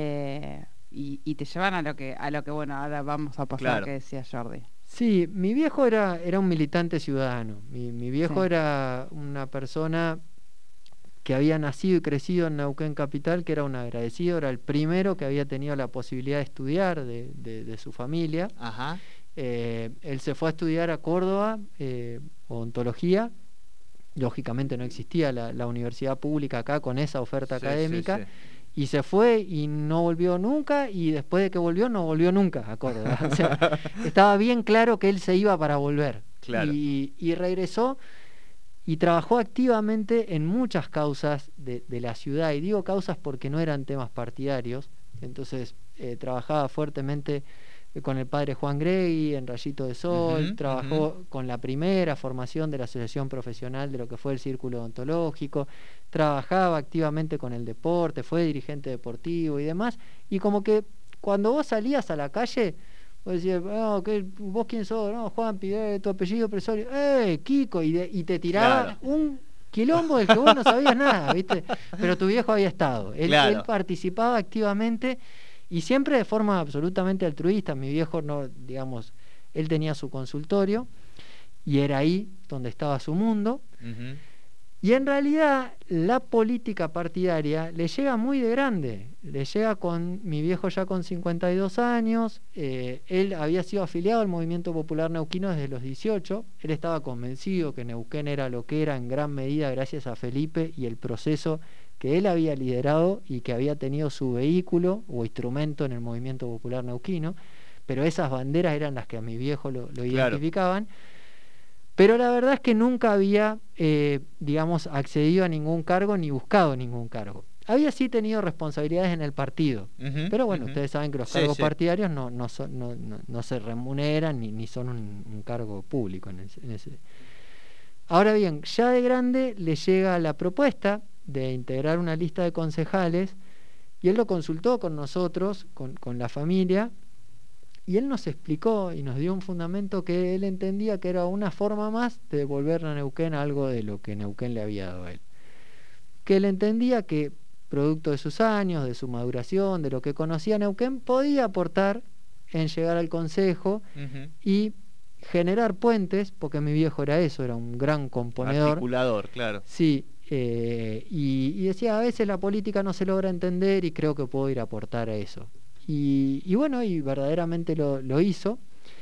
y te llevan a lo que bueno, ahora vamos a pasar a lo que decía Jordi. Sí, mi viejo era un militante ciudadano. Mi viejo era una persona que había nacido y crecido en Neuquén Capital, que era un agradecido, era el primero que había tenido la posibilidad de estudiar de su familia. Ajá. Él se fue a estudiar a Córdoba, odontología. Lógicamente no existía la universidad pública acá con esa oferta académica. Y se fue y no volvió nunca, y después de que volvió no volvió nunca a Córdoba. O sea, estaba bien claro que él se iba para volver. Claro. Y regresó y trabajó activamente en muchas causas de la ciudad, y digo causas porque no eran temas partidarios. Entonces trabajaba fuertemente con el padre Juan Gregui en Rayito de Sol, trabajó con la primera formación de la asociación profesional de lo que fue el Círculo Odontológico, trabajaba activamente con el deporte, fue dirigente deportivo y demás, y como que cuando vos salías a la calle, vos decías, ¿vos quién sos? No, Juan, tu apellido, Presorio, Kiko, y te tiraba un quilombo del que vos no sabías nada, ¿viste? Pero tu viejo había estado, él participaba activamente y siempre de forma absolutamente altruista. Mi viejo él tenía su consultorio y era ahí donde estaba su mundo. Y en realidad la política partidaria le llega muy de grande, le llega con mi viejo ya con 52 años, él había sido afiliado al Movimiento Popular Neuquino desde los 18, él estaba convencido que Neuquén era lo que era en gran medida gracias a Felipe y el proceso que él había liderado y que había tenido su vehículo o instrumento en el Movimiento Popular Neuquino, pero esas banderas eran las que a mi viejo lo identificaban. Pero la verdad es que nunca había, accedido a ningún cargo ni buscado ningún cargo. Había sí tenido responsabilidades en el partido, pero bueno, ustedes saben que los cargos partidarios no se remuneran ni son un cargo público en ese. Ahora bien, ya de grande le llega la propuesta de integrar una lista de concejales y él lo consultó con nosotros, con la familia, y él nos explicó y nos dio un fundamento que él entendía que era una forma más de devolverle a Neuquén algo de lo que Neuquén le había dado a él. Que él entendía que, producto de sus años, de su maduración, de lo que conocía Neuquén, podía aportar en llegar al consejo y generar puentes, porque mi viejo era eso, era un gran componedor. Articulador, claro. Sí, y decía, a veces la política no se logra entender y creo que puedo ir a aportar a eso. Y bueno, y verdaderamente lo hizo.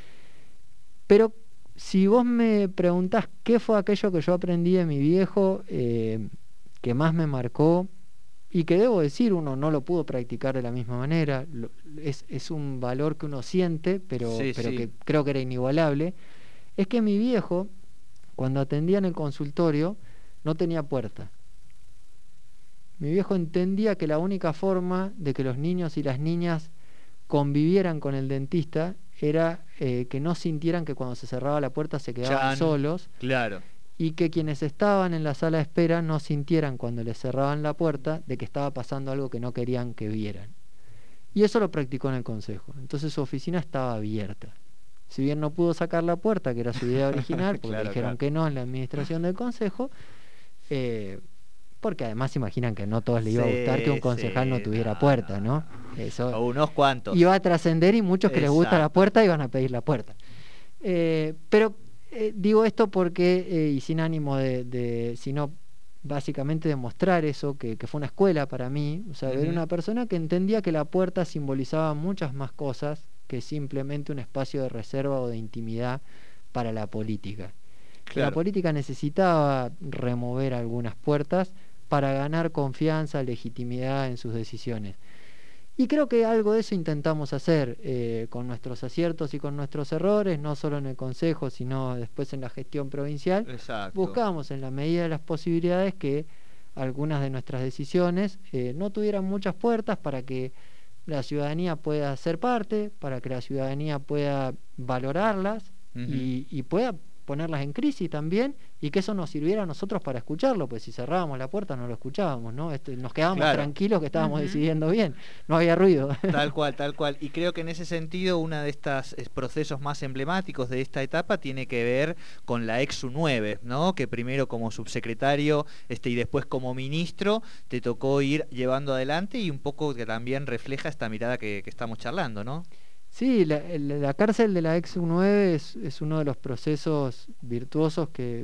Pero si vos me preguntás qué fue aquello que yo aprendí de mi viejo, que más me marcó, y que debo decir, uno no lo pudo practicar de la misma manera, es un valor que uno siente, pero que creo que era inigualable, es que mi viejo, cuando atendía en el consultorio, no tenía puerta. Mi viejo entendía que la única forma de que los niños y las niñas convivieran con el dentista era que no sintieran que cuando se cerraba la puerta se quedaban solos. Claro. Y que quienes estaban en la sala de espera no sintieran cuando les cerraban la puerta de que estaba pasando algo que no querían que vieran. Y eso lo practicó en el consejo. Entonces su oficina estaba abierta. Si bien no pudo sacar la puerta, que era su idea original, porque Claro, dijeron que no en la administración del consejo, porque además se imaginan que no todos le iba a gustar que un concejal no tuviera puerta, ¿no? Eso a unos cuantos. iba a trascender y muchos que les gusta la puerta iban a pedir la puerta. Pero digo esto porque, y sin ánimo sino básicamente demostrar eso, que fue una escuela para mí, o sea, ver una persona que entendía que la puerta simbolizaba muchas más cosas que simplemente un espacio de reserva o de intimidad para la política. Claro. La política necesitaba remover algunas puertas para ganar confianza, legitimidad en sus decisiones. Y creo que algo de eso intentamos hacer con nuestros aciertos y con nuestros errores, no solo en el Consejo, sino después en la gestión provincial. Exacto. Buscamos en la medida de las posibilidades que algunas de nuestras decisiones no tuvieran muchas puertas para que la ciudadanía pueda ser parte, para que la ciudadanía pueda valorarlas y pueda ponerlas en crisis también, y que eso nos sirviera a nosotros para escucharlo, pues si cerrábamos la puerta no lo escuchábamos, ¿no? Nos quedábamos tranquilos que estábamos decidiendo bien, no había ruido. Tal cual, tal cual. Y creo que en ese sentido uno de estos procesos más emblemáticos de esta etapa tiene que ver con la EXU 9, ¿no? Que primero como subsecretario y después como ministro te tocó ir llevando adelante, y un poco que también refleja esta mirada que estamos charlando, ¿no? Sí, la cárcel de la EXU 9 es uno de los procesos virtuosos que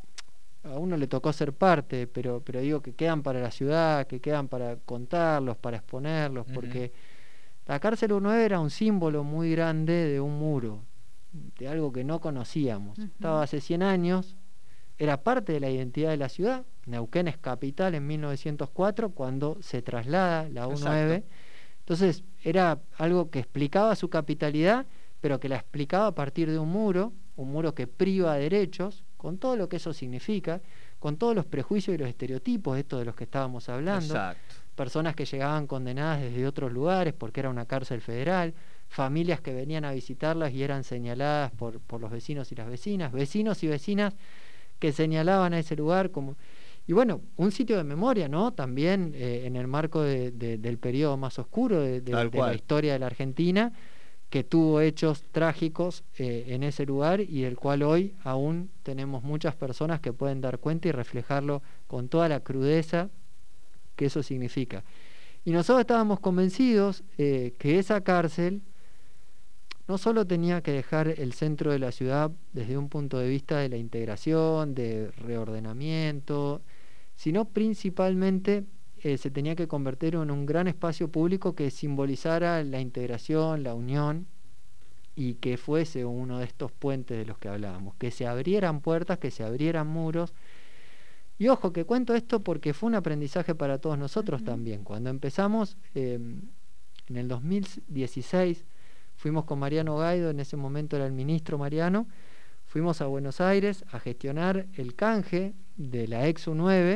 a uno le tocó ser parte, pero digo que quedan para la ciudad, que quedan para contarlos, para exponerlos, porque la cárcel 9 era un símbolo muy grande de un muro, de algo que no conocíamos. Estaba hace 100 años, era parte de la identidad de la ciudad. Neuquén es capital en 1904, cuando se traslada la U9. Exacto. Entonces era algo que explicaba su capitalidad, pero que la explicaba a partir de un muro que priva derechos, con todo lo que eso significa, con todos los prejuicios y los estereotipos, esto de los que estábamos hablando. Exacto. Personas que llegaban condenadas desde otros lugares porque era una cárcel federal, familias que venían a visitarlas y eran señaladas por los vecinos y las vecinas, vecinos y vecinas que señalaban a ese lugar como... Y bueno, un sitio de memoria, ¿no? También en el marco del periodo más oscuro de la historia de la Argentina, que tuvo hechos trágicos en ese lugar, y del cual hoy aún tenemos muchas personas que pueden dar cuenta y reflejarlo con toda la crudeza que eso significa. Y nosotros estábamos convencidos que esa cárcel no solo tenía que dejar el centro de la ciudad desde un punto de vista de la integración, de reordenamiento, sino principalmente se tenía que convertir en un gran espacio público que simbolizara la integración, la unión, y que fuese uno de estos puentes de los que hablábamos, que se abrieran puertas, que se abrieran muros. Y ojo, que cuento esto porque fue un aprendizaje para todos nosotros también. Cuando empezamos, en el 2016, fuimos con Mariano Gaido, en ese momento era el ministro Mariano, fuimos a Buenos Aires a gestionar el canje de la EXU 9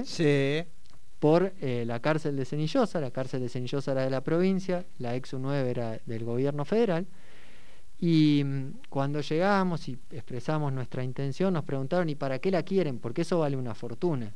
por la cárcel de Cenillosa. La cárcel de Cenillosa era de la provincia, la EXU 9 era del gobierno federal. Y cuando llegamos y expresamos nuestra intención, nos preguntaron: ¿y para qué la quieren? Porque eso vale una fortuna.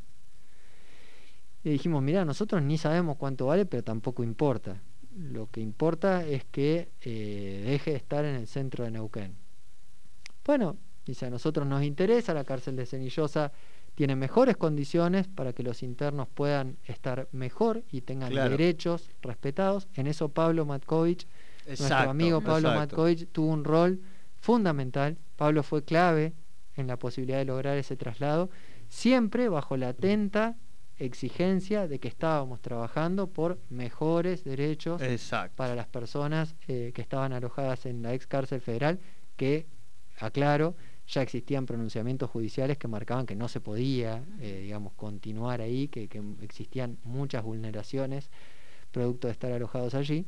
Y dijimos: mirá, nosotros ni sabemos cuánto vale, pero tampoco importa. Lo que importa es que deje de estar en el centro de Neuquén. Bueno, dice, a nosotros nos interesa, la cárcel de Cenillosa tiene mejores condiciones para que los internos puedan estar mejor y tengan derechos respetados. En eso Pablo Matkovich, nuestro amigo Pablo Matkovich, tuvo un rol fundamental. Pablo fue clave en la posibilidad de lograr ese traslado, siempre bajo la atenta exigencia de que estábamos trabajando por mejores derechos para las personas que estaban alojadas en la ex cárcel federal, que, aclaro, ya existían pronunciamientos judiciales que marcaban que no se podía continuar ahí, que existían muchas vulneraciones producto de estar alojados allí.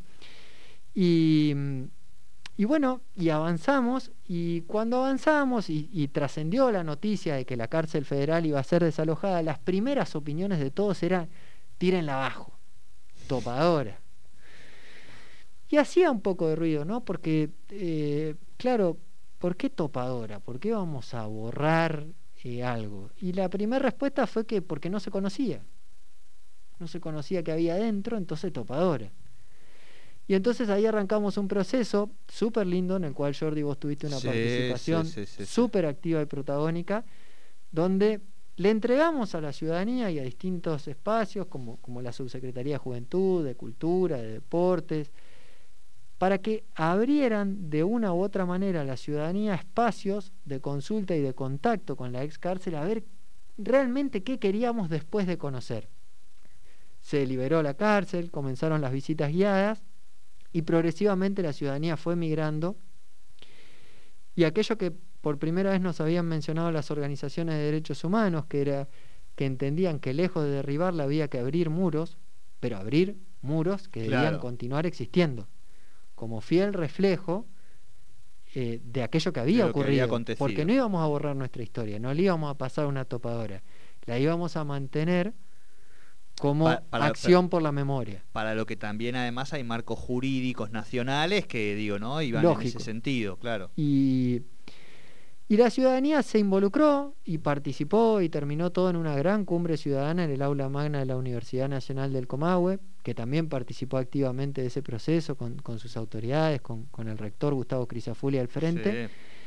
Y bueno, y avanzamos, y cuando avanzamos y trascendió la noticia de que la cárcel federal iba a ser desalojada, las primeras opiniones de todos eran: tírenla abajo, topadora. Y hacía un poco de ruido, ¿no? Porque, claro, ¿por qué topadora? ¿Por qué vamos a borrar algo? Y la primera respuesta fue que porque no se conocía. No se conocía qué había adentro, entonces topadora. Y entonces ahí arrancamos un proceso súper lindo en el cual, Jordi, vos tuviste una participación súper activa y protagónica, donde le entregamos a la ciudadanía y a distintos espacios, como la Subsecretaría de Juventud, de Cultura, de Deportes, para que abrieran de una u otra manera a la ciudadanía espacios de consulta y de contacto con la ex cárcel, a ver realmente qué queríamos después de conocer. Se liberó la cárcel, comenzaron las visitas guiadas, y progresivamente la ciudadanía fue migrando, y aquello que por primera vez nos habían mencionado las organizaciones de derechos humanos, que entendían que lejos de derribarla había que abrir muros, pero abrir muros que debían continuar existiendo, como fiel reflejo de aquello que había ocurrido, porque no íbamos a borrar nuestra historia, no le íbamos a pasar una topadora, la íbamos a mantener como acción por la memoria. Para lo que también además hay marcos jurídicos nacionales que, digo, ¿no? Iban en ese sentido, claro. Y la ciudadanía se involucró y participó y terminó todo en una gran cumbre ciudadana en el aula magna de la Universidad Nacional del Comahue, que también participó activamente de ese proceso con sus autoridades, con el rector Gustavo Crisafulli al frente.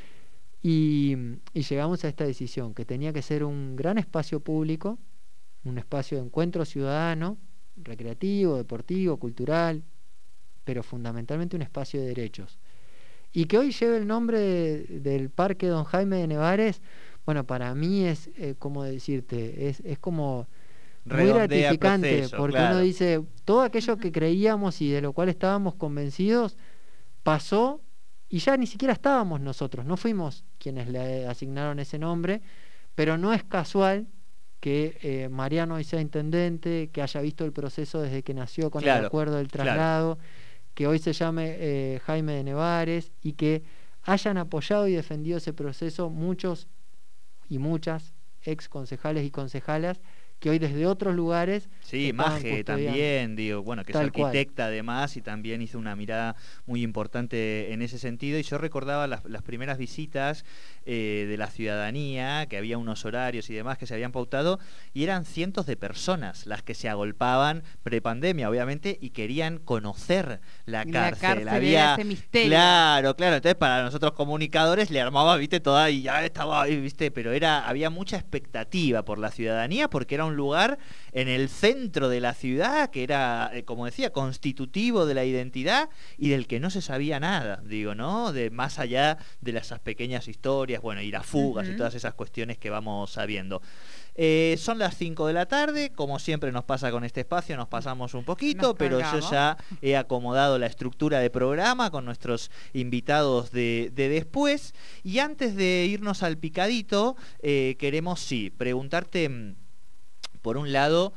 Sí. Y llegamos a esta decisión, que tenía que ser un gran espacio público, un espacio de encuentro ciudadano, recreativo, deportivo, cultural, pero fundamentalmente un espacio de derechos. Y que hoy lleve el nombre del Parque Don Jaime de Nevares, bueno, para mí es, como decirte, es como muy gratificante, proceso, porque uno dice, todo aquello que creíamos y de lo cual estábamos convencidos, pasó y ya ni siquiera estábamos nosotros, no fuimos quienes le asignaron ese nombre, pero no es casual que Mariano hoy sea intendente, que haya visto el proceso desde que nació con el acuerdo del traslado, que hoy se llame Jaime de Nevares, y que hayan apoyado y defendido ese proceso muchos y muchas ex concejales y concejalas que hoy desde otros lugares... Sí, Maje también, digo, bueno, que es arquitecta además y también hizo una mirada muy importante en ese sentido, y yo recordaba las primeras visitas de la ciudadanía, que había unos horarios y demás que se habían pautado, y eran cientos de personas las que se agolpaban prepandemia, obviamente, y querían conocer la cárcel. Había ese misterio. Claro, entonces para nosotros comunicadores le armaba, viste, toda, y ya estaba ahí, viste, pero había mucha expectativa por la ciudadanía, porque era un lugar en el centro de la ciudad que era, como decía, constitutivo de la identidad y del que no se sabía nada, digo, ¿no? De más allá de esas pequeñas historias, bueno, ir a fugas y todas esas cuestiones que vamos sabiendo. Son las 5 de la tarde, como siempre nos pasa con este espacio, nos pasamos un poquito, pero yo ya he acomodado la estructura de programa con nuestros invitados de después, y antes de irnos al picadito, queremos, preguntarte... Por un lado,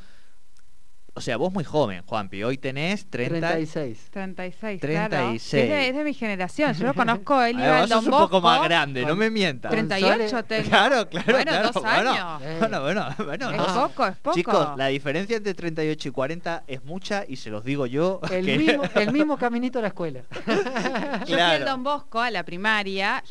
o sea, vos muy joven, Juanpi, hoy tenés 36, 36. Claro. Es de mi generación, yo lo conozco, él iba al Don Bosco. Un poco más grande, no me mientas. 38 tengo. Claro. Bueno, 2 años. Bueno. Es poco. Chicos, la diferencia entre 38 y 40 es mucha, y se los digo yo. El mismo caminito a la escuela. Yo fui al Don Bosco, a la primaria,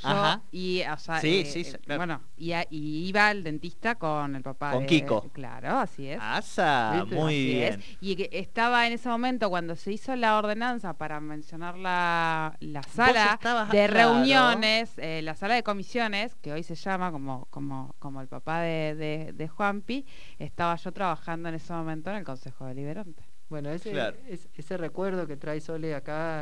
claro. Bueno, y iba al dentista con el papá. Con Kiko. Claro, así es. Muy bien. Y que estaba en ese momento cuando se hizo la ordenanza para mencionar la sala de reuniones, la sala de comisiones, que hoy se llama como el papá de Juanpi, estaba yo trabajando en ese momento en el Consejo Deliberante. Bueno, ese recuerdo que trae Sole acá,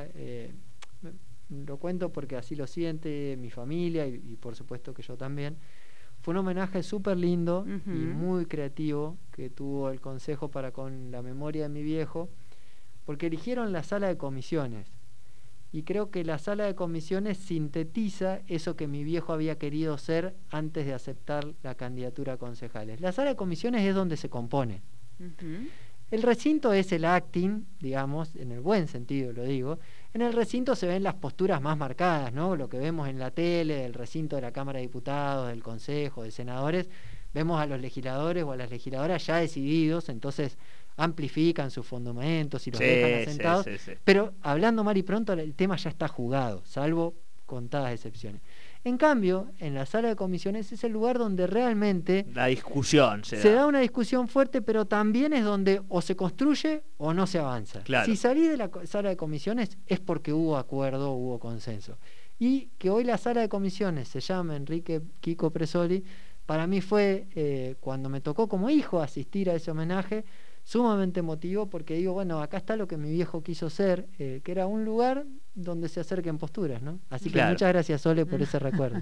lo cuento porque así lo siente mi familia y por supuesto que yo también. Fue un homenaje súper lindo y muy creativo que tuvo el Consejo para con la memoria de mi viejo, porque eligieron la sala de comisiones. Y creo que la sala de comisiones sintetiza eso que mi viejo había querido ser antes de aceptar la candidatura a concejales. La sala de comisiones es donde se compone. El recinto es el acting, digamos, en el buen sentido lo digo. En el recinto se ven las posturas más marcadas, ¿no? Lo que vemos en la tele, del recinto de la Cámara de Diputados, del Consejo, de senadores, vemos a los legisladores o a las legisladoras ya decididos, entonces amplifican sus fundamentos y los Sí, dejan asentados, sí. pero hablando mal y pronto el tema ya está jugado, salvo contadas excepciones. En cambio, en la sala de comisiones es el lugar donde realmente La discusión se da una discusión fuerte, pero también es donde o se construye o no se avanza. Claro. Si salí de la sala de comisiones es porque hubo acuerdo, hubo consenso. Y que hoy la sala de comisiones se llama Enrique Kiko Presoli, para mí fue, cuando me tocó como hijo asistir a ese homenaje, sumamente emotivo, porque digo, bueno, acá está lo que mi viejo quiso ser, que era un lugar donde se acerquen posturas, ¿no? Así que muchas gracias, Sole, por ese recuerdo.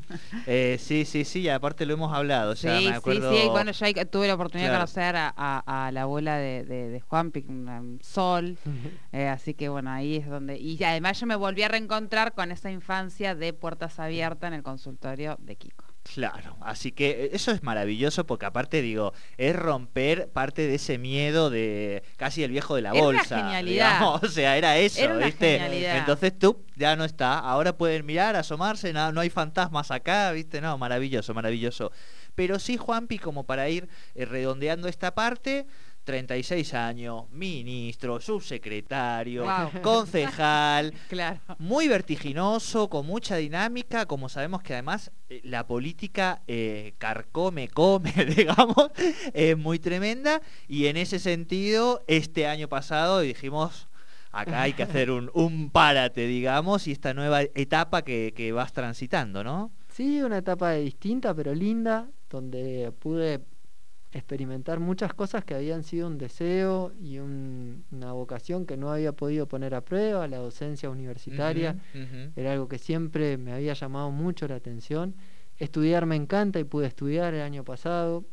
Sí, y aparte lo hemos hablado, ya sí, me acuerdo. Sí, bueno, ya tuve la oportunidad de conocer a la abuela de Juanpi, Sol, así que bueno, ahí es donde... Y además yo me volví a reencontrar con esa infancia de puertas abiertas en el consultorio de Kiko. Claro, así que eso es maravilloso porque aparte digo, es romper parte de ese miedo de casi el viejo de la bolsa. Era una genialidad. Digamos, o sea, era eso, era una ¿viste? Genialidad. Entonces tú ya no está, ahora pueden mirar, asomarse, no hay fantasmas acá, ¿viste? No, maravilloso. Pero sí, Juanpi, como para ir redondeando esta parte, 36 años, ministro, subsecretario, concejal, claro. Muy vertiginoso, con mucha dinámica, como sabemos que además la política come, digamos, es muy tremenda, y en ese sentido, este año pasado dijimos, acá hay que hacer un párate, digamos, y esta nueva etapa que vas transitando, ¿no? Sí, una etapa distinta, pero linda, donde pude experimentar muchas cosas que habían sido un deseo y una vocación que no había podido poner a prueba. La docencia universitaria era algo que siempre me había llamado mucho la atención. Estudiar me encanta y pude estudiar el año pasado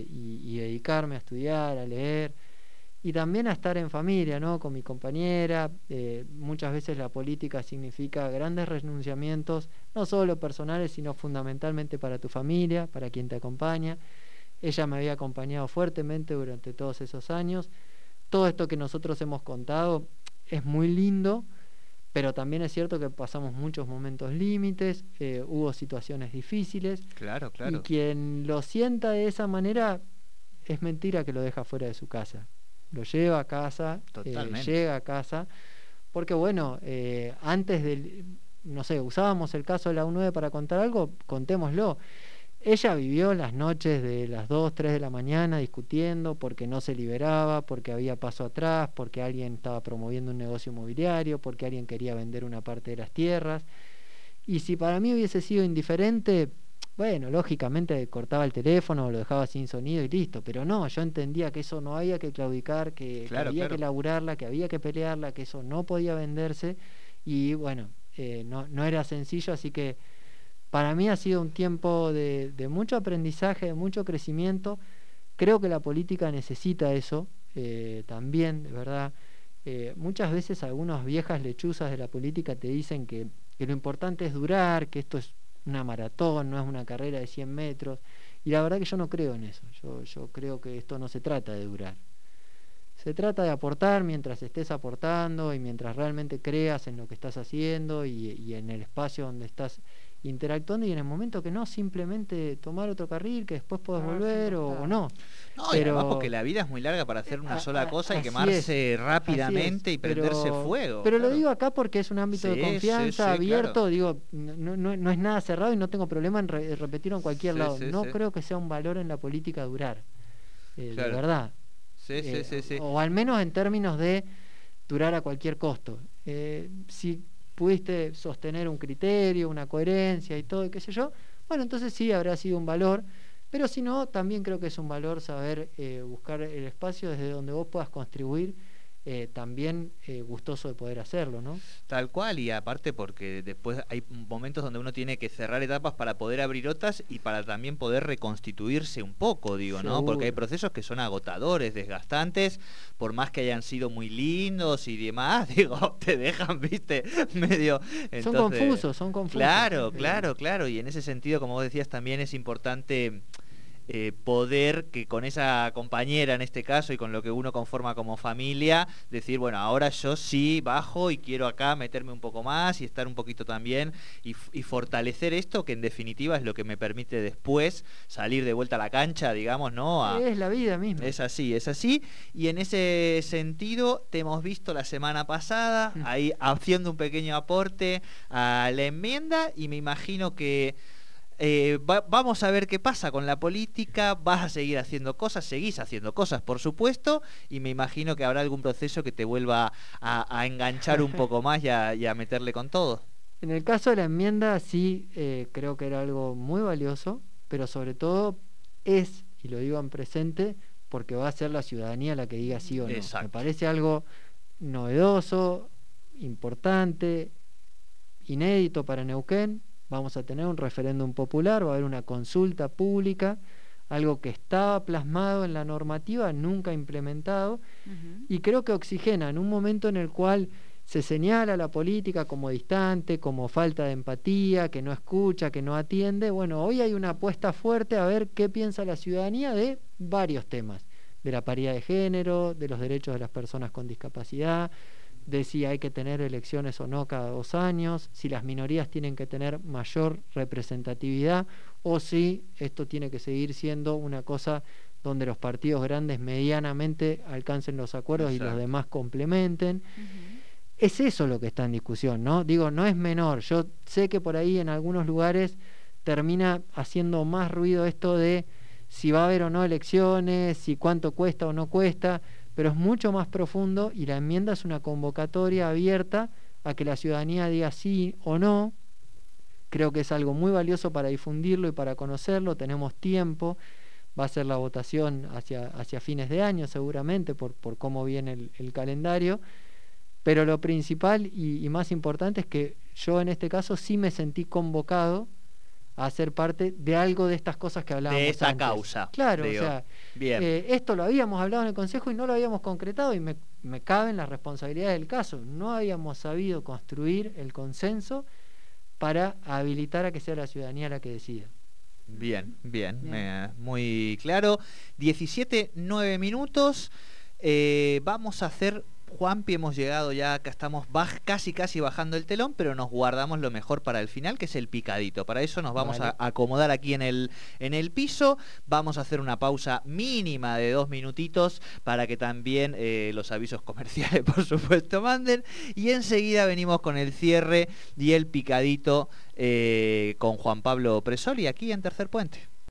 y dedicarme a estudiar, a leer y también a estar en familia, ¿no? Con mi compañera. Muchas veces la política significa grandes renunciamientos, no solo personales, sino fundamentalmente para tu familia, para quien te acompaña. Ella me había acompañado fuertemente durante todos esos años. Todo esto que nosotros hemos contado es muy lindo, pero también es cierto que pasamos muchos momentos límites, hubo situaciones difíciles. Claro. Y quien lo sienta de esa manera, es mentira que lo deja fuera de su casa. Lo lleva a casa, llega a casa, porque bueno, antes del, no sé, usábamos el caso de la U9 para contar algo, contémoslo. Ella vivió las noches de las 2, 3 de la mañana discutiendo porque no se liberaba, porque había paso atrás, porque alguien estaba promoviendo un negocio inmobiliario, porque alguien quería vender una parte de las tierras. Y si para mí hubiese sido indiferente, bueno, lógicamente cortaba el teléfono, lo dejaba sin sonido y listo. Pero no, yo entendía que eso no había que claudicar, que había que laburarla, que había que pelearla, que eso no podía venderse. Y bueno, no era sencillo, así que para mí ha sido un tiempo de mucho aprendizaje, de mucho crecimiento. Creo que la política necesita eso también, de verdad. Muchas veces algunas viejas lechuzas de la política te dicen que lo importante es durar, que esto es una maratón, no es una carrera de 100 metros. Y la verdad que yo no creo en eso. Yo creo que esto no se trata de durar. Se trata de aportar mientras estés aportando y mientras realmente creas en lo que estás haciendo y en el espacio donde estás interactuando, y en el momento que no, simplemente tomar otro carril que después podés volver o no. No, pero y además porque la vida es muy larga para hacer una sola cosa y quemarse rápidamente y prenderse fuego. Pero lo digo acá porque es un ámbito de confianza abierto, claro. Digo, no es nada cerrado y no tengo problema en repetirlo en cualquier lado. No creo que sea un valor en la política durar, de verdad. Sí. O al menos en términos de durar a cualquier costo. Si pudiste sostener un criterio, una coherencia y todo, y qué sé yo, bueno, entonces sí habrá sido un valor, pero si no, también creo que es un valor saber buscar el espacio desde donde vos puedas contribuir, también gustoso de poder hacerlo, ¿no? Tal cual, y aparte porque después hay momentos donde uno tiene que cerrar etapas para poder abrir otras y para también poder reconstituirse un poco, digo, ¿no? Seguro. Porque hay procesos que son agotadores, desgastantes, por más que hayan sido muy lindos y demás, digo, te dejan, viste, medio... Entonces, son confusos. Claro, y en ese sentido, como vos decías, también es importante poder que con esa compañera en este caso y con lo que uno conforma como familia, decir, bueno, ahora yo sí bajo y quiero acá meterme un poco más y estar un poquito también y fortalecer esto, que en definitiva es lo que me permite después salir de vuelta a la cancha, digamos, ¿no? Es la vida misma. Es así, y en ese sentido te hemos visto la semana pasada ahí haciendo un pequeño aporte a la enmienda, y me imagino que vamos a ver qué pasa con la política. Vas a seguir haciendo cosas, seguís haciendo cosas, por supuesto, y me imagino que habrá algún proceso que te vuelva a enganchar un poco más y a meterle con todo. En el caso de la enmienda sí, creo que era algo muy valioso, pero sobre todo es, y lo digo en presente, porque va a ser la ciudadanía la que diga sí o no. Exacto. Me parece algo novedoso, importante, inédito para Neuquén. Vamos a tener un referéndum popular, va a haber una consulta pública, algo que estaba plasmado en la normativa, nunca implementado, y creo que oxigena en un momento en el cual se señala a la política como distante, como falta de empatía, que no escucha, que no atiende. Bueno, hoy hay una apuesta fuerte a ver qué piensa la ciudadanía de varios temas, de la paridad de género, de los derechos de las personas con discapacidad, de si hay que tener elecciones o no cada 2 años, si las minorías tienen que tener mayor representatividad o si esto tiene que seguir siendo una cosa donde los partidos grandes medianamente alcancen los acuerdos. Exacto. Y los demás complementen. Es eso lo que está en discusión, ¿no? Digo, no es menor. Yo sé que por ahí en algunos lugares termina haciendo más ruido esto de si va a haber o no elecciones, si cuánto cuesta o no cuesta, pero es mucho más profundo, y la enmienda es una convocatoria abierta a que la ciudadanía diga sí o no. Creo que es algo muy valioso para difundirlo y para conocerlo. Tenemos tiempo, va a ser la votación hacia fines de año seguramente por cómo viene el calendario, pero lo principal y más importante es que yo en este caso sí me sentí convocado a ser parte de algo de estas cosas que hablábamos antes. De esta causa. Claro, digo, o sea, bien. Esto lo habíamos hablado en el Consejo y no lo habíamos concretado, y me caben las responsabilidades del caso. No habíamos sabido construir el consenso para habilitar a que sea la ciudadanía la que decida. Bien. Muy claro. 17:09 minutos. Vamos a hacer... Juanpi, hemos llegado ya, acá estamos casi bajando el telón, pero nos guardamos lo mejor para el final, que es el picadito. Para eso nos vamos a acomodar aquí en el piso. Vamos a hacer una pausa mínima de 2 minutitos para que también los avisos comerciales, por supuesto, manden. Y enseguida venimos con el cierre y el picadito con Juan Pablo Presoli aquí en Tercer Puente.